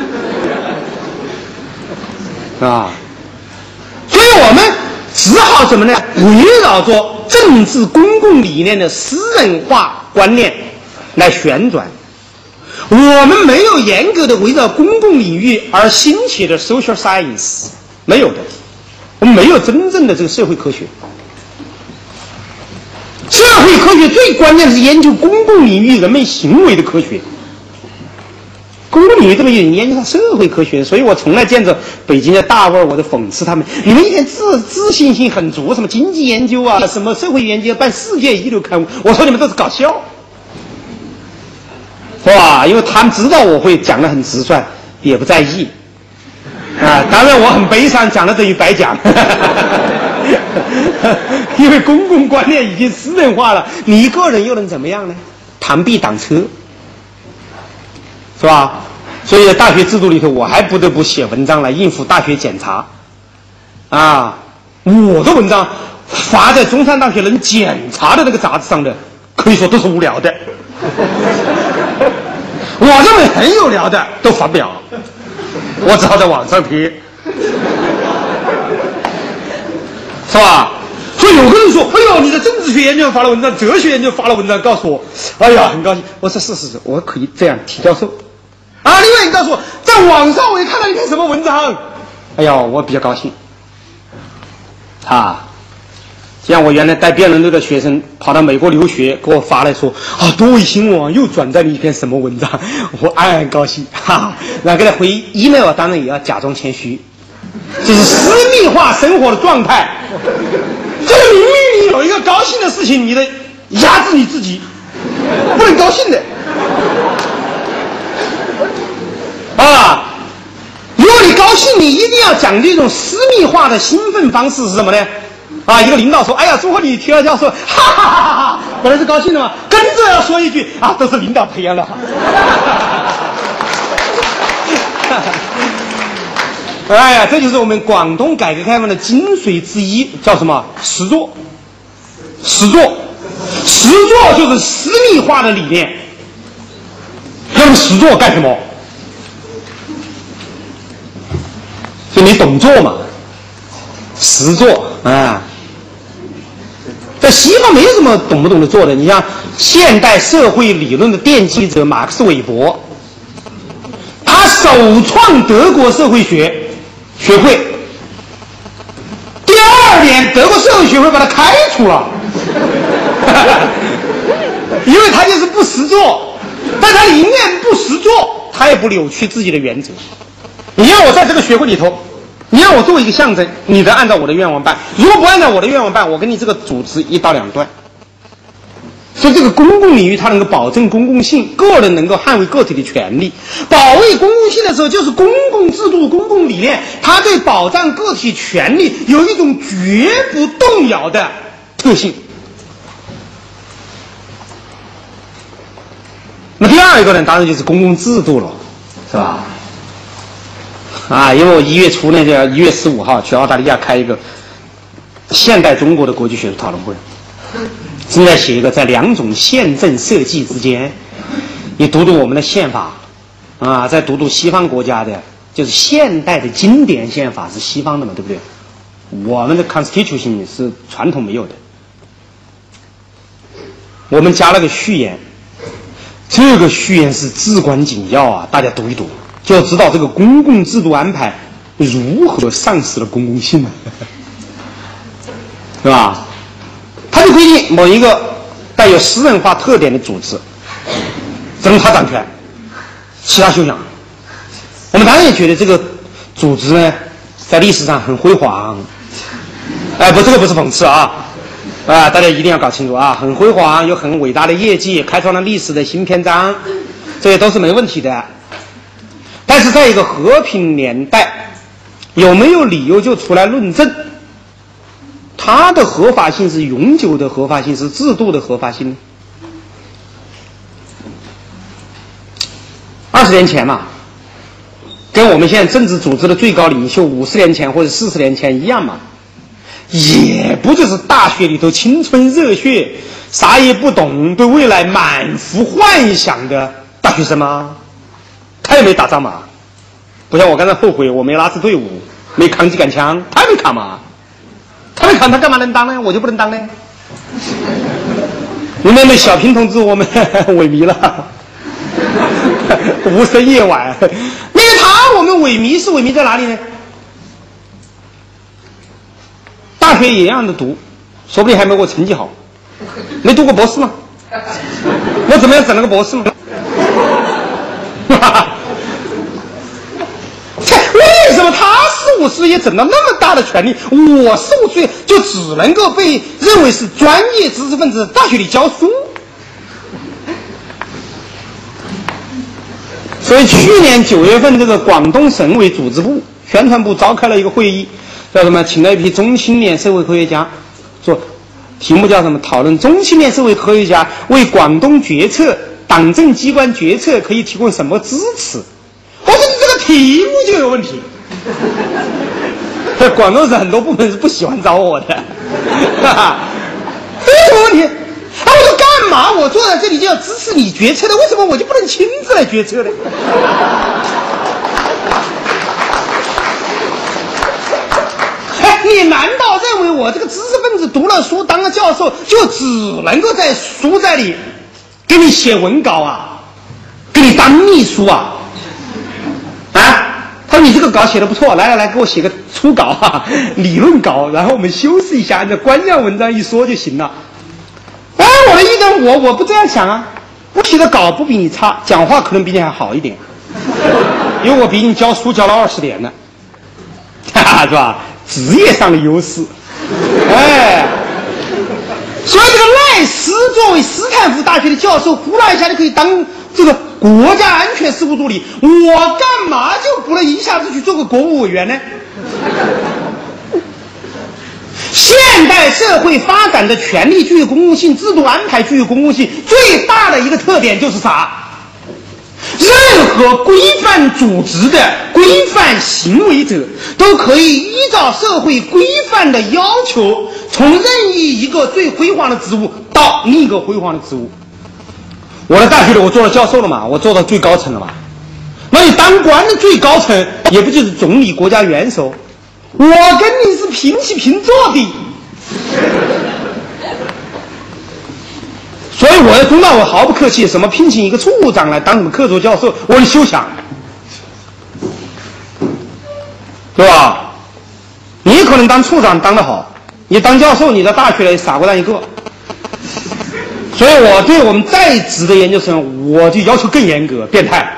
啊！所以我们只好怎么呢？围绕着政治公共理念的私人化观念来旋转。我们没有严格的围绕公共领域而兴起的 social science， 没有的，我们没有真正的这个社会科学。社会科学最关键的是研究公共领域人们行为的科学。公共领域这么研究社会科学，所以我从来见着北京的大腕，我都讽刺他们：你们一天自信心很足，什么经济研究啊，什么社会研究，办世界一流刊物。我说你们都是搞笑，是吧？因为他们知道我会讲得很直率，也不在意啊。当然我很悲伤，讲了等于白讲。因为公共观念已经私人化了，你一个人又能怎么样呢？螳臂挡车，是吧？所以在大学制度里头，我还不得不写文章来应付大学检查啊。我的文章发在中山大学能检查的那个杂志上的，可以说都是无聊的。我认为很有聊的都发不了，我只好在网上贴，是吧？所以有个人说：“哎呦，你的政治学研究发了文章，哲学研究发了文章，告诉我，哎呀，很高兴。”我说：“是，我可以这样提教授。”啊，另外你告诉我，在网上我也看到一篇什么文章，哎呀，我比较高兴。啊，像我原来带辩论队的学生跑到美国留学，给我发来说：“啊，多维新网又转载了一篇什么文章。”我暗暗高兴，哈，然后给他回 email， 当然也要假装谦虚，这是私密化生活的状态。这个明明你有一个高兴的事情，你的压制你自己，不能高兴的啊！如果你高兴，你一定要讲这种私密化的兴奋方式是什么呢？啊，一个领导说：“哎呀，祝贺你提了教授！”哈哈哈哈哈！本来是高兴的嘛，跟着要说一句：“啊，都是领导培养的。”哎呀，这就是我们广东改革开放的精髓之一，叫什么？实作。实作就是私密化的理念。用实作干什么？就你懂做嘛，实作啊。在西方没有什么懂不懂得做的。你像现代社会理论的奠基者马克思韦伯，他首创德国社会学会，第2年德国社会学会把他开除了，因为他就是不实作，但他宁愿不实作，他也不扭曲自己的原则。你让我在这个学会里头，你让我作为一个象征，你得按照我的愿望办。如果不按照我的愿望办，我跟你这个组织1刀2断。 所以这个公共领域它能够保证公共性，个人能够捍卫个体的权利。保卫公共性的时候，就是公共制度、公共理念，它对保障个体权利有一种绝不动摇的特性。那第二个呢，当然就是公共制度了，是吧？因为我1月初呢，就1月15号去澳大利亚开一个现代中国的国际学术讨论会，正在写一个在2种宪政设计之间，你读读我们的宪法再读读西方国家的，就是现代的经典宪法是西方的嘛，对不对？我们的 Constitution 是传统没有的，我们加了个序言，这个序言是至关紧要大家读一读，就要知道这个公共制度安排如何丧失了公共性，是吧？它就规定某一个带有私人化特点的组织，征他掌权，其他休想。我们当然也觉得这个组织呢，在历史上很辉煌，这个不是讽刺大家一定要搞清楚很辉煌，有很伟大的业绩，开创了历史的新篇章，这些都是没问题的。但是在一个和平年代，有没有理由就出来论证它的合法性是永久的合法性，是制度的合法性呢？20年前嘛，跟我们现在政治组织的最高领袖50年前或者40年前一样嘛，也不就是大学里头青春热血、啥也不懂、对未来满腹幻想的大学生吗？他也没打仗嘛，不像我刚才后悔我没拉支队伍，没扛几杆枪，他没扛嘛。他没扛，他干嘛能当呢？我就不能当呢？你们的小平同志，我们萎靡了，无声夜晚。那个我们萎靡是萎靡在哪里呢？大学也一样的读，说不定还没我成绩好。没读过博士吗？我怎么样整了个博士吗？为什么他15岁也整到那么大的权利，我15岁就只能够被认为是专业知识分子，大学里教书？所以去年9月份，这个广东省委组织部宣传部召开了一个会议，叫什么？请了一批中青年社会科学家，说题目叫什么？讨论中青年社会科学家为广东决策、党政机关决策可以提供什么支持。我说你这个题目就有问题。广东省很多部门是不喜欢找我的，这有什么问题？我说干嘛？我坐在这里就要支持你决策的，为什么我就不能亲自来决策呢？你难道认为我这个知识分子读了书当了教授，就只能够在书斋里给你写文稿给你当秘书他说你这个稿写得不错，来给我写个初稿理论稿，然后我们修饰一下，按照官样文章一说就行了。我的意见我不这样想我写的稿不比你差，讲话可能比你还好一点，因为我比你教书教了20年了，是吧？职业上的优势。所以这个赖斯作为斯坦福大学的教授，呼啦一下就可以当这个国家安全事务助理，我干嘛就不能一下子去做个国务委员呢？现代社会发展的权利具有公共性，制度安排具有公共性，最大的一个特点就是啥？任何规范组织的规范行为者都可以依照社会规范的要求，从任意一个最辉煌的职务到另一个辉煌的职务。我在大学里我做了教授了嘛，我做到最高层了嘛。那你当官的最高层也不就是总理、国家元首？我跟你是平起平坐的。所以我要公道，我毫不客气，什么聘请一个处长来当什么客座教授，我休想，对吧？你可能当处长当得好，你当教授，你在大学里傻瓜蛋一个。所以我对我们在职的研究生，我就要求更严格，变态。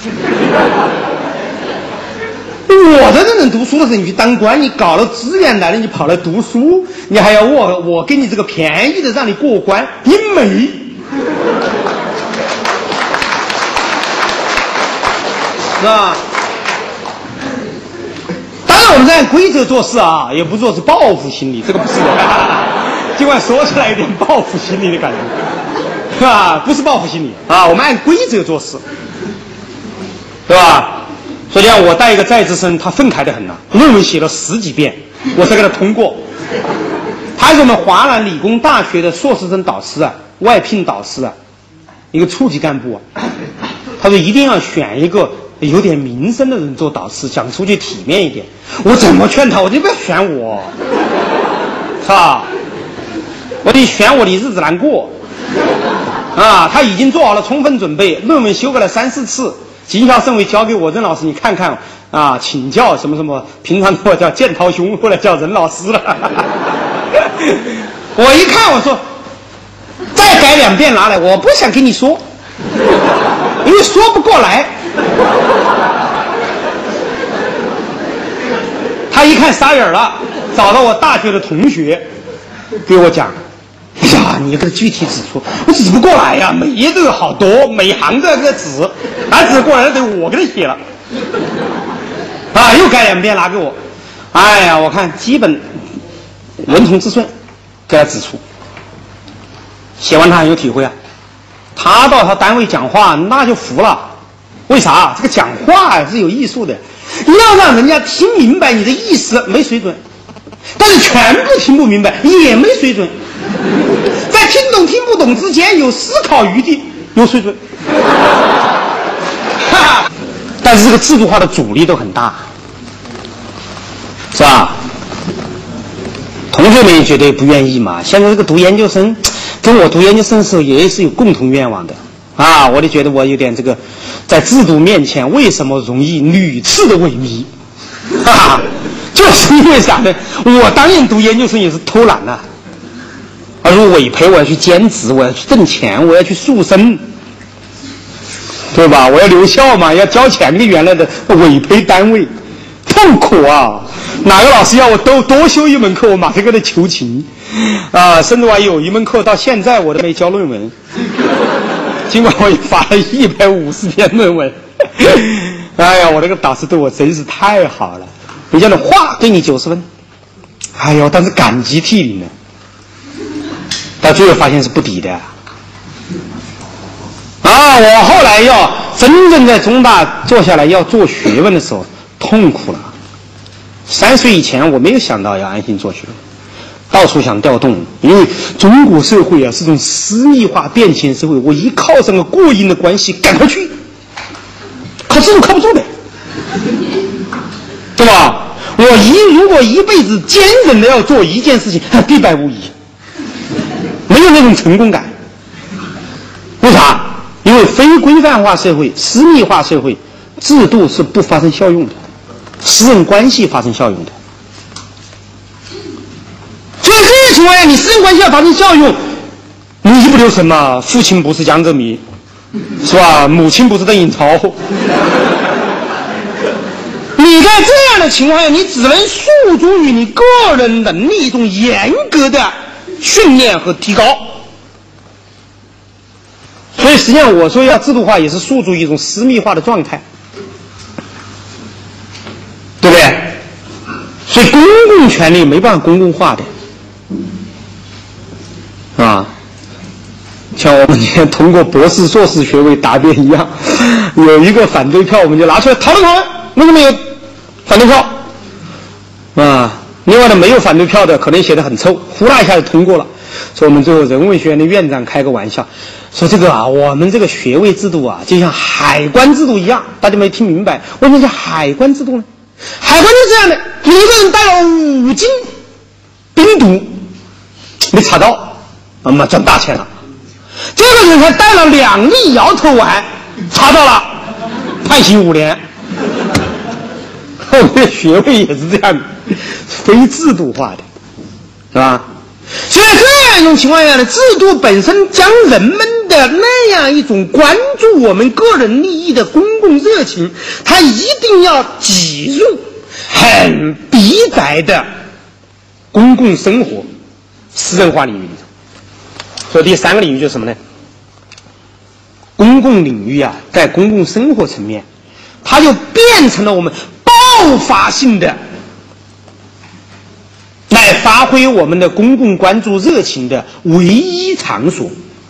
我在这能读书的时候，你去当官，你搞了资源来了，你跑来读书，你还要我给你这个便宜的让你过关，你美， 是吧？当然我们在按规则做事啊，也不做是报复心理，这个不是的。尽管说出来有点报复心理的感觉，是吧？不是报复心理啊，我们按规则做事，对吧？所以像我带一个在职生，他愤慨得很呐，论文写了10几遍，我才给他通过。他是我们华南理工大学的硕士生导师啊，外聘导师啊，一个处级干部啊。他说一定要选一个有点名声的人做导师，讲出去体面一点。我怎么劝他？我就不要选我，是吧？我得选我，你日子难过啊！他已经做好了充分准备，论文修改了3、4次，谨小慎微交给我，任老师你看看啊，请教什么什么，平常我叫剑涛兄，后来叫任老师了。我一看，我说再改2遍拿来，我不想跟你说，因为说不过来。他一看傻眼了，找到我大学的同学，给我讲。哎呀，你给他具体指出，我指不过来呀，每页都有好多，每行都要给他指，他指过来得我给他写了，啊，又改2遍拿给我，哎呀，我看基本文从字顺，给他指出，写完他很有体会啊，他到他单位讲话那就服了，为啥？这个讲话是有艺术的，要让人家听明白你的意思没水准，但是全部听不明白也没水准。在听懂听不懂之间有思考余地，有水准。但是这个制度化的阻力都很大，是吧？同学们也绝对不愿意嘛。现在这个读研究生，跟我读研究生的时候也是有共同愿望的啊。我就觉得我有点这个，在制度面前为什么容易屡次的萎靡？就是因为啥呢？我当年读研究生也是偷懒啊。而如委培，我要去兼职，我要去挣钱，我要去塑身，对吧？我要留校嘛，要交钱给原来的委培单位，痛苦啊！哪个老师要我多修一门课，我马上跟他求情啊！甚至我有一门课到现在我都没交论文，尽管我也发了150篇论文。哎呀，我这个导师对我真是太好了，人家的话给你90分，哎呦，但是感激涕零的。到最后发现是不抵的啊！我后来要真正在中大坐下来要做学问的时候，痛苦了。3岁以前我没有想到要安心做学问，到处想调动，因为中国社会啊是种私密化变迁社会，我一靠上个过硬的关系赶快去，靠制度靠不住的，对吧？如果一辈子坚忍的要做一件事情，必败无疑。没有那种成功感，为啥？因为非规范化社会、私密化社会，制度是不发生效用的，私人关系发生效用的。所以这个情况下，你私人关系要发生效用，你一不留神嘛，父亲不是江泽民，是吧？母亲不是邓颖超。你在这样的情况下，你只能诉诸于你个人能力一种严格的训练和提高，所以实际上我说要制度化也是诉诸一种私密化的状态，对不对？所以公共权利没办法公共化的，啊，像我们今天通过博士、硕士学位答辩一样，有一个反对票我们就拿出来讨论讨论，为什么有反对票？啊。另外呢，没有反对票的可能写得很臭，呼啦一下就通过了。所以我们最后人文学院的院长开个玩笑，说这个啊，我们这个学位制度啊，就像海关制度一样，大家没听明白，为什么叫海关制度呢？海关就是这样的，有一个人带了5斤冰毒，没查到，那么赚大钱了。这个人还带了2粒摇头丸，查到了，判刑5年。我们的学位也是这样的，非制度化的，是吧？所以这样一种情况下呢，制度本身将人们的那样一种关注我们个人利益的公共热情，它一定要挤入很逼窄的公共生活私人化领域里头。所以第3个领域就是什么呢？公共领域啊，在公共生活层面它就变成了我们爆发性的来发挥我们的公共关注热情的唯一场所。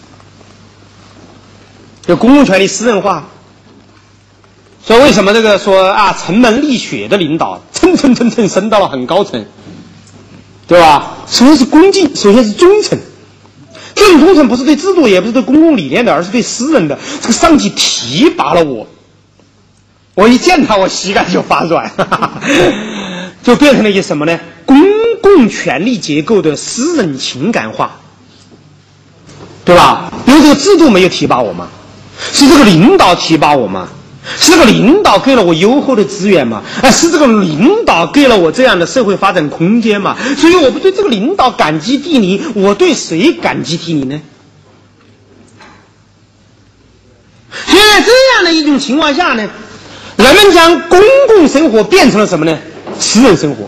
就公共权力私人化，所以为什么这个说啊，城门立雪的领导蹭升到了很高层，对吧？首先是恭敬，首先是忠诚。这种忠诚不是对制度，也不是对公共理念的，而是对私人的。这个上级提拔了我，我一见他，我膝盖就发软，就变成了一个什么呢？公共权力结构的私人情感化，对吧？因为这个制度没有提拔我嘛，是这个领导提拔我嘛，是这个领导给了我优厚的资源嘛，是这个领导给了我这样的社会发展空间嘛，所以我不对这个领导感激涕零，我对谁感激涕零呢？所以在这样的一种情况下呢，人们将公共生活变成了什么呢？私人生活。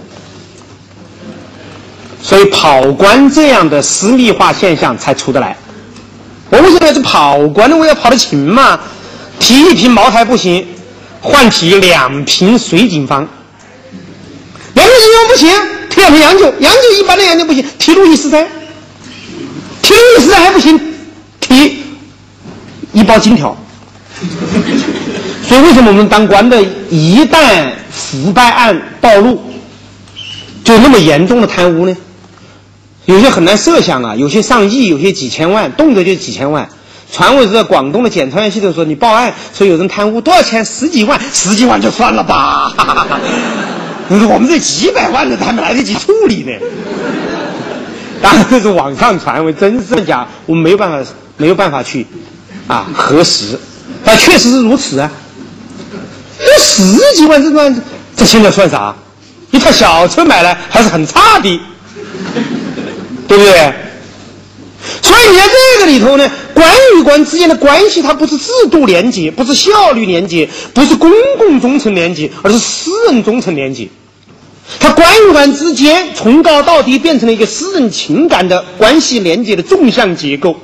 所以跑官这样的私密化现象才出得来。我为什么要去跑官呢？我要跑得勤嘛。提一瓶茅台不行，换提2瓶水井坊。2瓶水井坊不行，提2瓶洋酒，洋酒一般的洋酒不行，提路易斯山。提路易斯山还不行，提1包金条。所以为什么我们当官的一旦腐败案暴露，就那么严重的贪污呢？有些很难设想啊，有些上亿，有些几千万，动辄就几千万。传闻是在广东的检察院系统说，你报案说有人贪污多少钱，10几万，10几万就算了吧。我们这几百万的还没来得及处理呢。当然这是网上传闻，真是假我们没有办法去核实，但确实是如此啊。这10几万这现在算啥？一台小车买来还是很差的，对不对？所以你在这个里头呢，官与官之间的关系，它不是制度连结，不是效率连结，不是公共忠诚连结，而是私人忠诚连结。它官与官之间从高到低变成了一个私人情感的关系连结的纵向结构，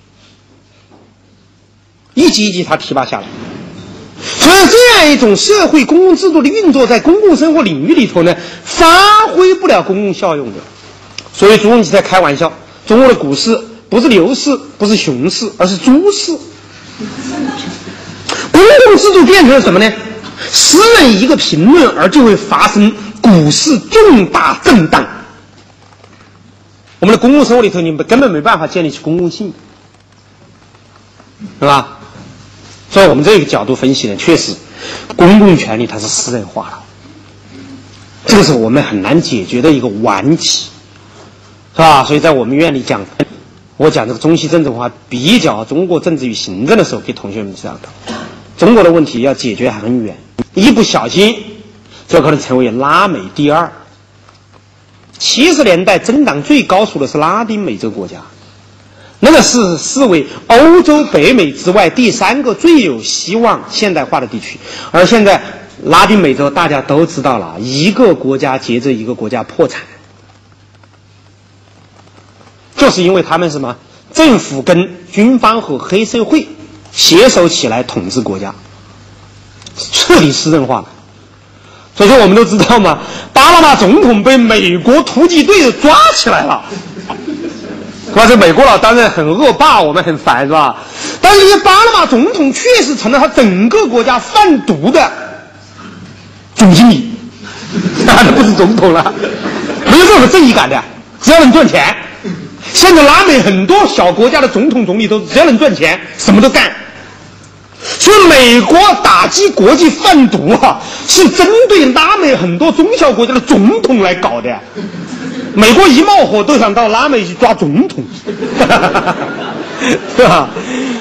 一级一级它提拔下来。所以这样一种社会公共制度的运作，在公共生活领域里头呢，发挥不了公共效用的。所以朱镕基在开玩笑，中国的股市不是牛市，不是熊市，而是猪市。公共制度变成了什么呢？私人一个评论而就会发生股市重大震荡。我们的公共生活里头，你们根本没办法建立起公共性，是吧？所以我们这个角度分析呢，确实公共权利它是私人化了，这个是我们很难解决的一个顽疾，是吧？所以在我们院里讲，我讲这个中西政治文化比较中国政治与行政的时候，给同学们讲的，中国的问题要解决还很远，一不小心就可能成为拉美第2。70年代增长最高速的是拉丁美洲国家，那个是视为欧洲、北美之外第3个最有希望现代化的地区。而现在拉丁美洲大家都知道了，一个国家接着一个国家破产，就是因为他们什么政府跟军方和黑社会携手起来统治国家，彻底私人化了。所以说我们都知道嘛，巴拿马总统被美国突击队抓起来了，是吧？这美国佬当然很恶霸，我们很烦，是吧？但是这巴拿马总统确实成了他整个国家贩毒的总经理，那不是总统了，没有任何正义感的，只要能赚钱。现在拉美很多小国家的总统总理都只要能赚钱，什么都干。所以美国打击国际贩毒是针对拉美很多中小国家的总统来搞的。美国一冒火都想到拉美去抓总统，是吧？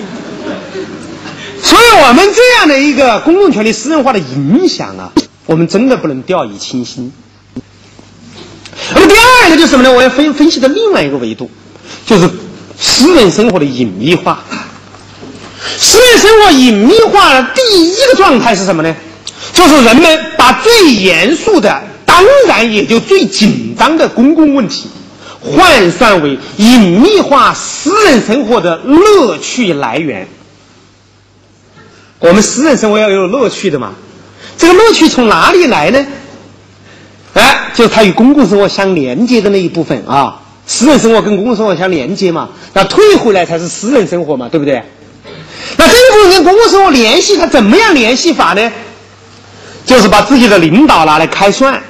所以我们这样的一个公共权力私人化的影响我们真的不能掉以轻心。那么第二个就是什么呢？我要分析的另外一个维度，就是私人生活的隐秘化。私人生活隐秘化的第一个状态是什么呢？就是人们把最严肃的，当然也就最紧张的公共问题换算为隐秘化私人生活的乐趣来源。我们私人生活要有乐趣的嘛， 这个乐趣从哪里来呢？就是它与公共生活相连接的那一部分啊。私人生活跟公共生活相连接嘛，那退回来才是私人生活嘛，对不对？那这一部分跟公共生活联系，它怎么样联系法呢？就是把自己的领导拿来开涮，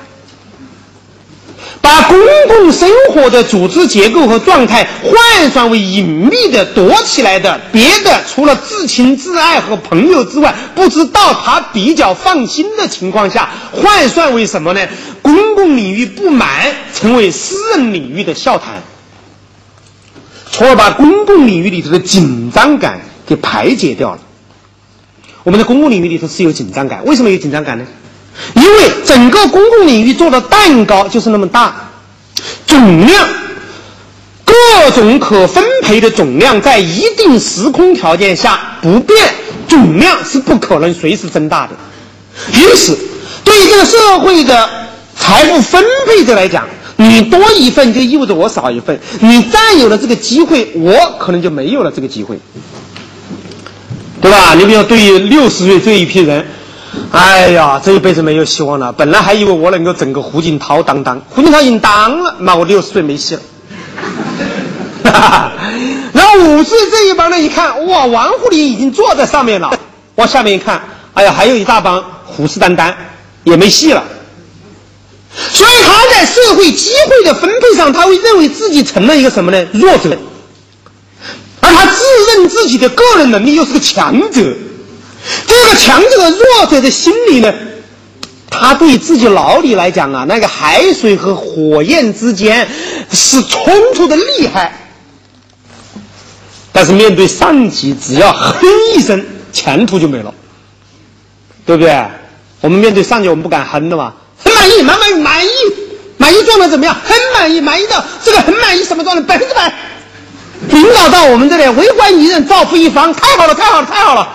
把公共生活的组织结构和状态换算为隐秘的躲起来的别的除了至亲至爱和朋友之外不知道他比较放心的情况下，换算为什么呢？公共领域不满成为私人领域的笑谈，从而把公共领域里头的紧张感给排解掉了。我们的公共领域里头是有紧张感，为什么有紧张感呢？因为整个公共领域做的蛋糕就是那么大，总量各种可分配的总量在一定时空条件下不变，总量是不可能随时增大的。因此对于这个社会的财富分配者来讲，你多一份就意味着我少一份，你占有了这个机会，我可能就没有了这个机会，对吧？你比如对于60岁这一批人，哎呀，这一辈子没有希望了，本来还以为我能够整个胡锦涛当，胡锦涛已经当了，那我60岁没戏了。然后50岁这一帮人一看，哇，王沪宁已经坐在上面了，往下面一看，哎呀，还有一大帮虎视眈眈，也没戏了。所以他在社会机会的分配上，他会认为自己成了一个什么呢？弱者，而他自认自己的个人能力又是个强者。这个强者和弱者的心理呢，他对自己脑里来讲啊，那个海水和火焰之间是冲突的厉害，但是面对上级，只要哼一声，前途就没了，对不对？我们面对上级，我们不敢哼的嘛。很满意，满意状态怎么样？很满意，满意到这个很满意什么状态？100%。领导到我们这里，为官一任，造福一方，太好了，太好了，太好了。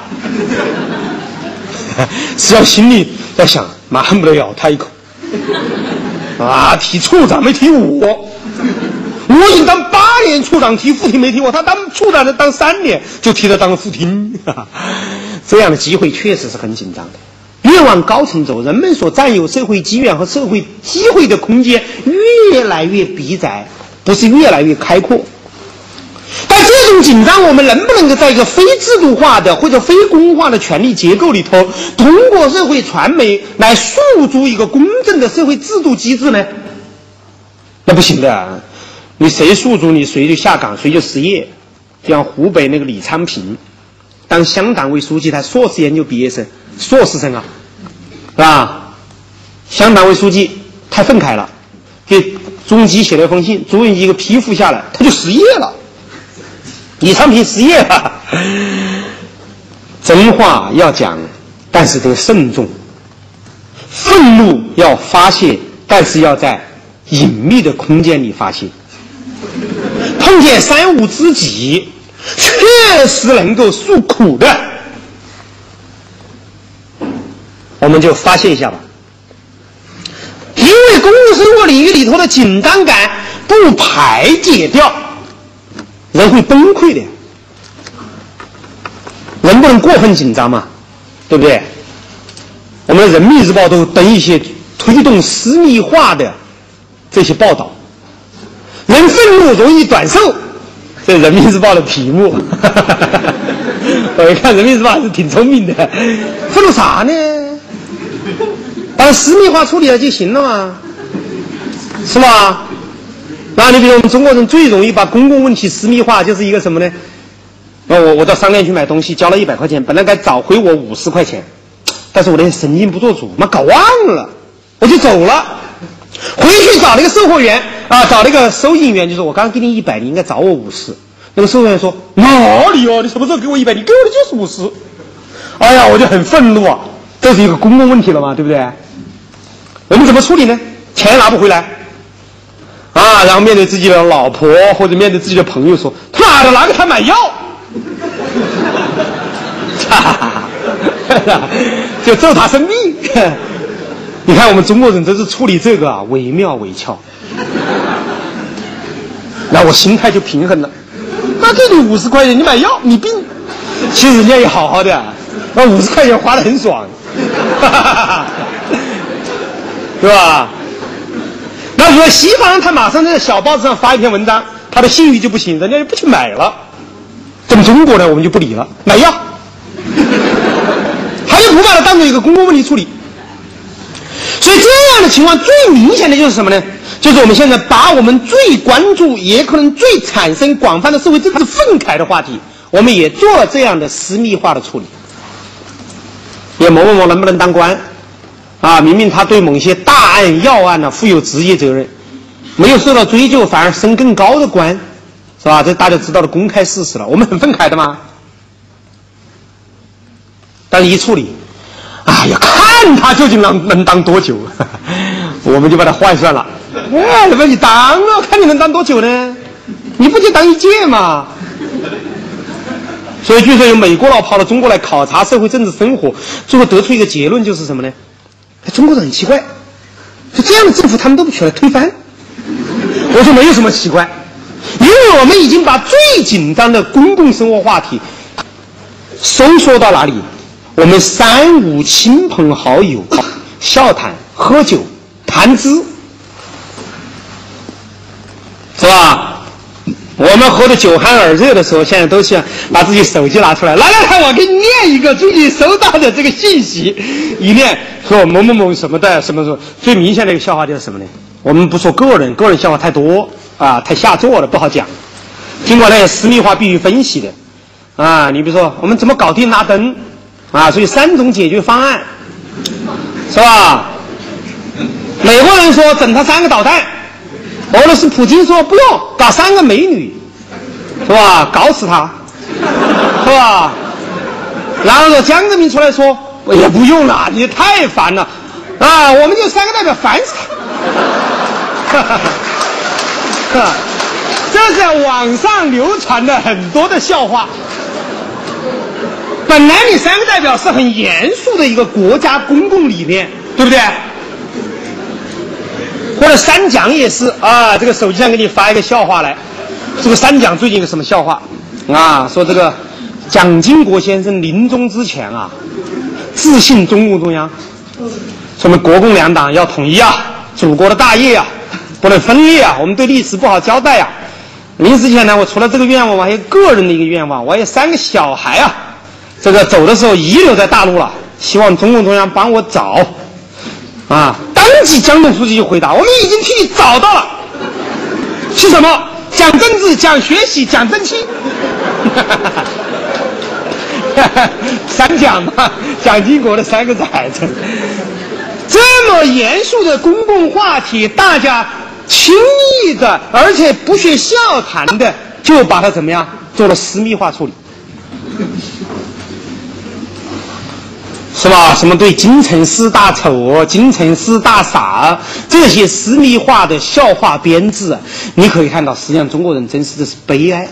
只要心里在想，妈恨不得咬他一口。啊，提处长没提我，我已经当8年处长，提副厅没提我，他当处长的当3年，就提他当副厅。这样的机会确实是很紧张的。越往高层走，人们所占有社会机缘和社会机会的空间越来越逼窄，不是越来越开阔。但这种紧张，我们能不能够在一个非制度化的或者非公化的权力结构里头，通过社会传媒来诉诸一个公正的社会制度机制呢？那不行的，你谁诉诸你谁就下岗，谁就失业。就像湖北那个李昌平当乡党委书记，他硕士研究毕业生，硕士生啊，是吧？乡党委书记太愤慨了，给中纪写了一封信，主任一个批复下来，他就失业了。李昌平失业了。真话要讲，但是得慎重。愤怒要发泄，但是要在隐秘的空间里发泄。碰见三五知己，确实能够诉苦的，我们就发泄一下吧。因为公共生活领域里头的紧张感不排解掉，人会崩溃的。人不能过分紧张嘛，对不对？我们的人民日报都登一些推动私密化的这些报道。人愤怒容易短寿，这人民日报的题目。我一看人民日报还是挺聪明的，愤怒啥呢？把私密化处理了就行了嘛，是吧？那你比如我们中国人最容易把公共问题私密化，就是一个什么呢？我到商店去买东西，交了100块钱，本来该找回我50块钱，但是我的神经不做主，搞忘了，我就走了。回去找那个售货员啊，找那个收银员，就说我刚刚给你100，你应该找我50。那个售货员说哪里哦？你什么时候给我100？你给我的就是50。哎呀，我就很愤怒啊！这是一个公共问题了嘛，对不对？我们怎么处理呢？钱拿不回来啊，然后面对自己的老婆或者面对自己的朋友说：“他妈的，拿给他买药。”就咒他生命。你看我们中国人真是处理这个啊，惟妙惟肖。然后我心态就平衡了。那给你50块钱，你买药，你病，其实人家也好好的，那50块钱花得很爽。 对吧？那如果西方人他马上在小报纸上发一篇文章，他的信誉就不行，人家就不去买了。咱们中国呢，我们就不理了，买药，他就不把它当做一个公共问题处理。所以这样的情况最明显的就是什么呢？就是我们现在把我们最关注，也可能最产生广泛的社会政治愤慨的话题，我们也做了这样的私密化的处理。也某某某能不能当官啊？明明他对某些大案要案呢负有职业责任，没有受到追究，反而升更高的官，是吧？这大家知道的公开事实了，我们很愤慨的嘛。但是一处理，哎呀，看他究竟能当多久，我们就把他换算了。哎，怎么你当啊？看你能当多久呢？你不就当一届嘛？所以据说有美国佬跑到中国来考察社会政治生活，最后得出一个结论，就是什么呢？中国人很奇怪，就这样的政府他们都不取来推翻。我说没有什么奇怪，因为我们已经把最紧张的公共生活话题收缩到哪里？我们三五亲朋好友笑谈、喝酒、谈资，是吧？我们喝得酒酣耳热的时候，现在都想把自己手机拿出来，来，我给你念一个最近收到的这个信息，一念说某某某什么的什么什么。最明显的一个笑话就是什么呢？我们不说个人笑话太多啊，太下作了，不好讲。经过那些私密化必须分析的啊，你比如说我们怎么搞定拉登啊？所以3种解决方案，是吧？美国人说整他3个导弹。俄罗斯普京说不用，搞3个美女，是吧？搞死他，是吧？然后说江泽民出来说也不用了，你太烦了啊！我们就3个代表烦死他。这是网上流传的很多的笑话。本来你3个代表是很严肃的一个国家公共理念，对不对？或者三讲也是啊，这个手机上给你发一个笑话来。这个三讲最近有什么笑话啊？说这个蒋经国先生临终之前啊，致信中共中央，说我们国共2党要统一啊，祖国的大业啊，不能分裂啊，我们对历史不好交代啊。临死前呢，我除了这个愿望，我还有个人的一个愿望，我有3个小孩啊，这个走的时候遗留在大陆了，希望中共中央帮我找啊。当即江总书记就回答：我们已经替你找到了，是什么？讲政治、讲学习、讲正气。3讲嘛，蒋经国的3个崽子。这么严肃的公共话题，大家轻易的，而且不屑笑谈的，就把它怎么样做了私密化处理。是吧？什么对京城4大丑、京城4大傻，这些私密化的笑话编制啊，你可以看到，实际上中国人真是悲哀，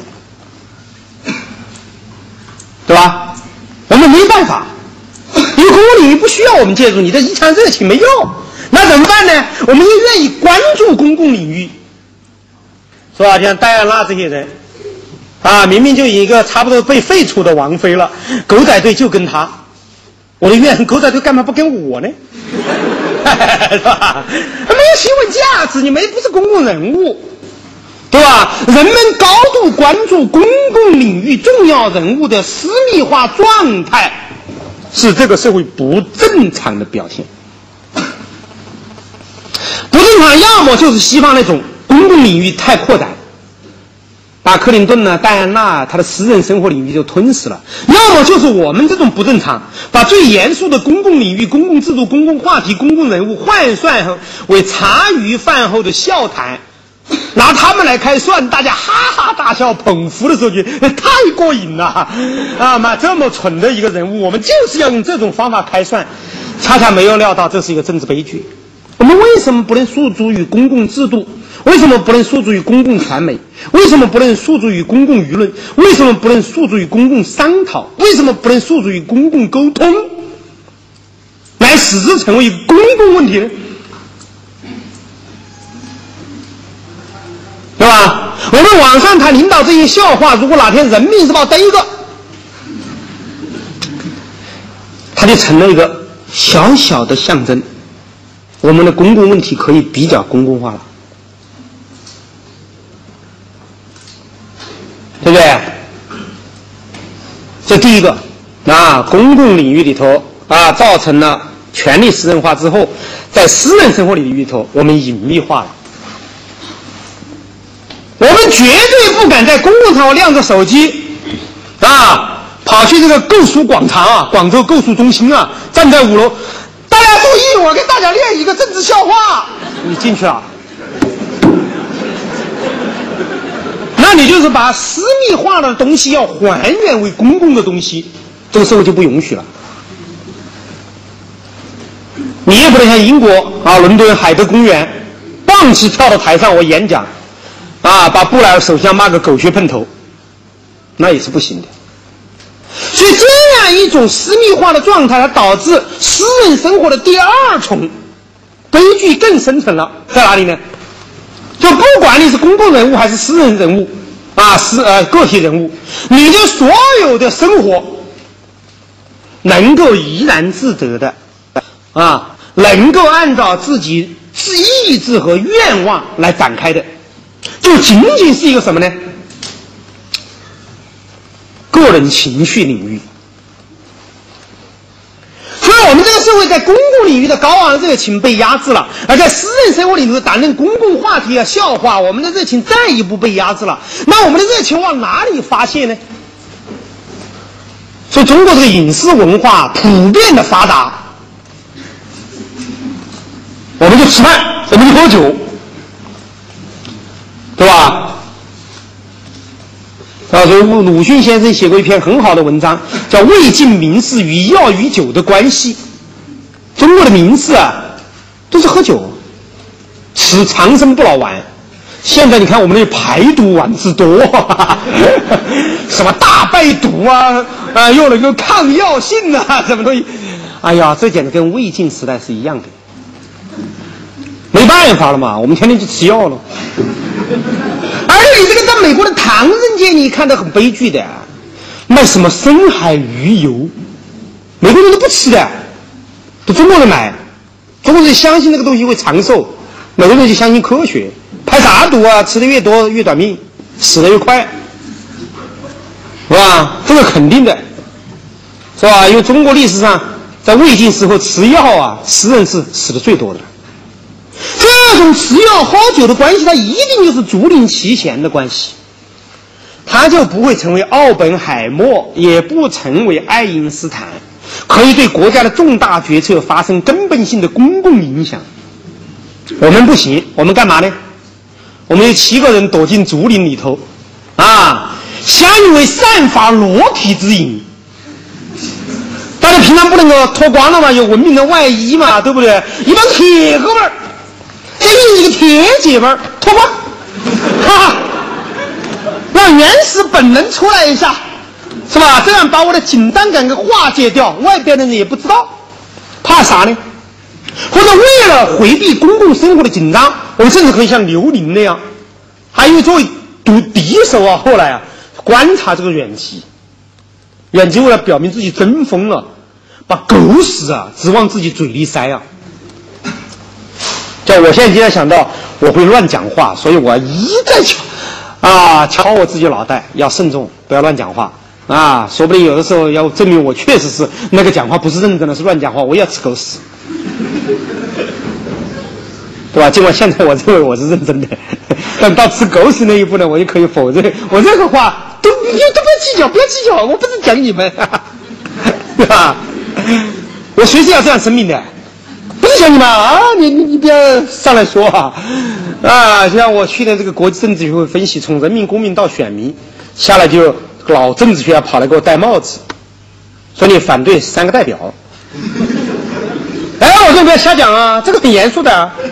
对吧？我们没办法，因为公共领域不需要我们介入，你的一腔热情没用，那怎么办呢？我们也愿意关注公共领域，是吧？像戴安娜这些人啊，明明就一个差不多被废除的王妃了，狗仔队就跟他。我的怨恨，狗仔队干嘛不跟我呢？是吧？没有新闻价值，你不是公共人物，对吧？人们高度关注公共领域重要人物的私密化状态，是这个社会不正常的表现。不正常，要么就是西方那种公共领域太扩展，把克林顿呢、戴安娜他的私人生活领域就吞噬了；要么就是我们这种不正常，把最严肃的公共领域、公共制度、公共话题、公共人物换算为茶余饭后的笑谈，拿他们来开涮，大家哈哈大笑捧腹的时候，觉得太过瘾了啊！妈，这么蠢的一个人物，我们就是要用这种方法开涮，恰恰没有料到这是一个政治悲剧。我们为什么不能诉诸于公共制度？为什么不能诉诸于公共传媒？为什么不能诉诸于公共舆论？为什么不能诉诸于公共商讨？为什么不能诉诸于公共沟通，来使之成为公共问题呢？对吧？我们网上谈领导这些笑话，如果哪天人民日报登一个，它就成了一个小小的象征，我们的公共问题可以比较公共化了，对不对？这第一个啊，公共领域里头啊，造成了权力私人化之后，在私人生活领域里头，我们隐秘化了。我们绝对不敢在公共场合亮着手机啊，跑去这个购书广场啊，广州购书中心啊，站在5楼，大家注意，我给大家练一个政治笑话。你进去了，那你就是把私密化的东西要还原为公共的东西，这个社会就不允许了。你也不能像英国啊，伦敦海德公园，棒起跳到台上我演讲。啊，把布莱尔首相骂个狗血喷头，那也是不行的。所以这样一种私密化的状态，它导致私人生活的第二重悲剧更深层了，在哪里呢？就不管你是公共人物还是私人人物啊，个体人物，你的所有的生活能够怡然自得的啊，能够按照自己意志和愿望来展开的，就仅仅是一个什么呢？个人情绪领域。所以我们这个社会在公共领域的高昂热情被压制了，而在私人生活里头担任公共话题啊笑话，我们的热情再一步被压制了。那我们的热情往哪里发泄呢？所以中国这个影视文化普遍的发达，我们就吃饭，我们就喝酒，对吧？所以鲁迅先生写过一篇很好的文章，叫《魏晋名士与药与酒的关系》。中国的名士啊，都是喝酒，吃长生不老丸。现在你看我们的排毒丸之多，什么大败毒啊，又能够抗药性啊，什么东西？哎呀，这简直跟魏晋时代是一样的。没办法了嘛，我们天天就吃药了。而且你这个在美国的唐人街，你看得很悲剧的，卖什么深海鱼油，美国人都不吃的，都中国人买。中国人相信那个东西会长寿，美国人就相信科学。排啥毒啊？吃的越多越短命，死的越快，是吧？这个肯定的，是吧？因为中国历史上在魏晋时候吃药啊，吃人是死的最多的。这种吃药喝酒的关系，它一定就是竹林七贤的关系，它就不会成为奥本海默，也不成为爱因斯坦，可以对国家的重大决策发生根本性的公共影响。我们不行，我们干嘛呢？我们有7个人躲进竹林里头啊，相以为散发裸体之瘾。大家平常不能够脱光了嘛，有文明的外衣嘛，对不对？一帮铁哥们儿给你一个铁姐们儿脱光，哈哈，让原始本能出来一下，是吧？这样把我的紧张感给化解掉，外边的人也不知道，怕啥呢？或者为了回避公共生活的紧张，我们甚至可以像刘伶那样，还有作为敌手啊，后来啊观察这个远吉为了表明自己争锋了，把狗屎啊直往自己嘴里塞啊。叫我现在经常想到我会乱讲话，所以我一再敲我自己脑袋，要慎重，不要乱讲话啊！说不定有的时候要证明我确实是那个讲话不是认真的，是乱讲话，我也要吃狗屎，对吧？尽管现在我认为我是认真的，但到吃狗屎那一步呢，我就可以否认我任何话都不要计较，不要计较，我不是讲你们，对吧？我随时要这样声明的。不是讲你们啊，你不要上来说啊！像我去年这个国际政治学会分析，从人民公民到选民，下来就老政治学家跑来给我戴帽子，说你反对3个代表。哎，我说不要瞎讲啊，这个很严肃的啊。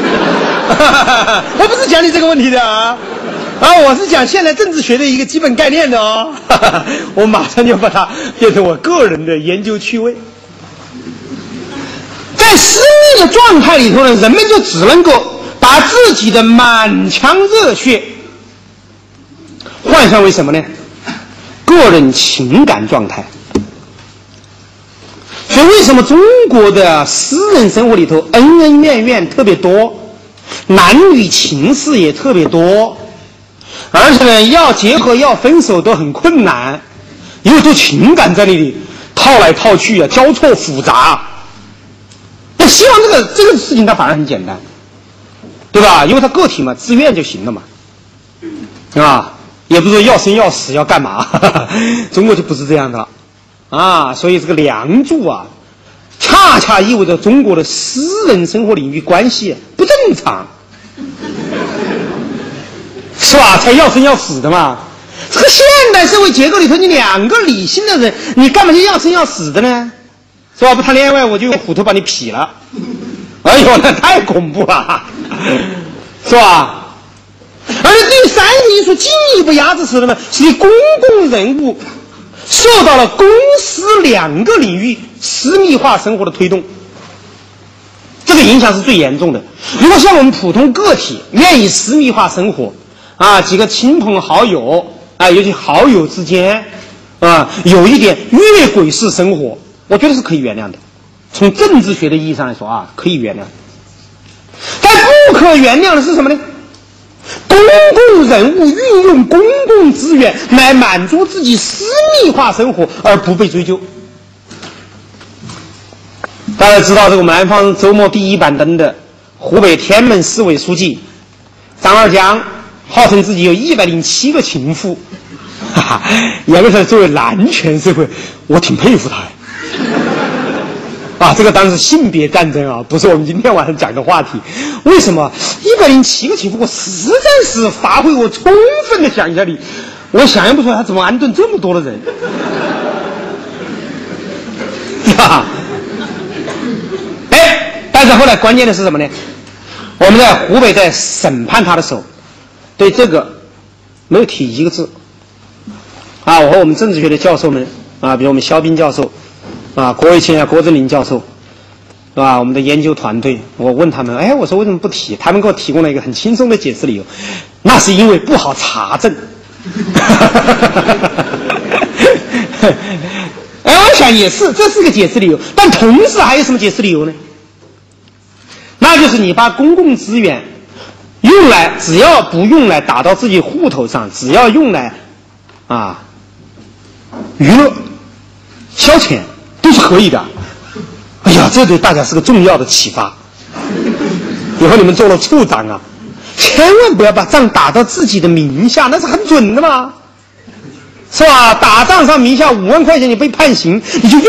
我不是讲你这个问题的啊，我是讲现代政治学的一个基本概念的哦。我马上就把它变成我个人的研究趣味。在私密的状态里头呢，人们就只能够把自己的满腔热血换算为什么呢？个人情感状态。 所以为什么中国的私人生活里头恩恩怨怨特别多，男女情事也特别多，而且呢要结合要分手都很困难，因为都情感在那里套来套去啊，交错复杂。那希望这个事情它反而很简单，对吧？因为他个体嘛，自愿就行了嘛，啊，也不是说要生要死要干嘛，中国就不是这样的了啊。所以这个梁祝啊，恰恰意味着中国的私人生活领域关系不正常，是吧？才要生要死的嘛。这个现代社会结构里头，你两个理性的人，你干嘛就要生要死的呢？是吧？不谈恋爱我就用斧头把你劈了，哎呦，那太恐怖了，是吧？而第三个因素进一步压制是什么？是公共人物受到了公私两个领域私密化生活的推动，这个影响是最严重的。如果像我们普通个体愿意私密化生活啊，几个亲朋好友啊，尤其好友之间啊，有一点越轨式生活，我觉得是可以原谅的。从政治学的意义上来说啊，可以原谅。但不可原谅的是什么呢？公共人物运用公共资源来满足自己私密化生活而不被追究。大家知道这个南方周末第一板凳的湖北天门市委书记张二江，号称自己有107个情妇，哈哈，杨哥说作为男权社会，我挺佩服他啊，这个当然是性别战争啊，不是我们今天晚上讲的话题。为什么107个情妇？我实在是发挥我充分的想象力，我想象不出来他怎么安顿这么多的人。啊，但是后来关键的是什么呢？我们在湖北在审判他的时候，对这个没有提一个字啊。我和我们政治学的教授们啊，比如我们肖斌教授啊，郭卫清啊，郭振林教授，是吧？我们的研究团队，我问他们，我说为什么不提？他们给我提供了一个很轻松的解释理由，那是因为不好查证。我想也是，这是个解释理由，但同时还有什么解释理由呢？那就是你把公共资源用来，只要不用来打到自己户头上，只要用来啊娱乐消遣都是可以的。哎呀，这对大家是个重要的启发。以后你们做了处长啊，千万不要把账打到自己的名下，那是很准的嘛，是吧？打账上名下5万块钱，你被判刑，你就用。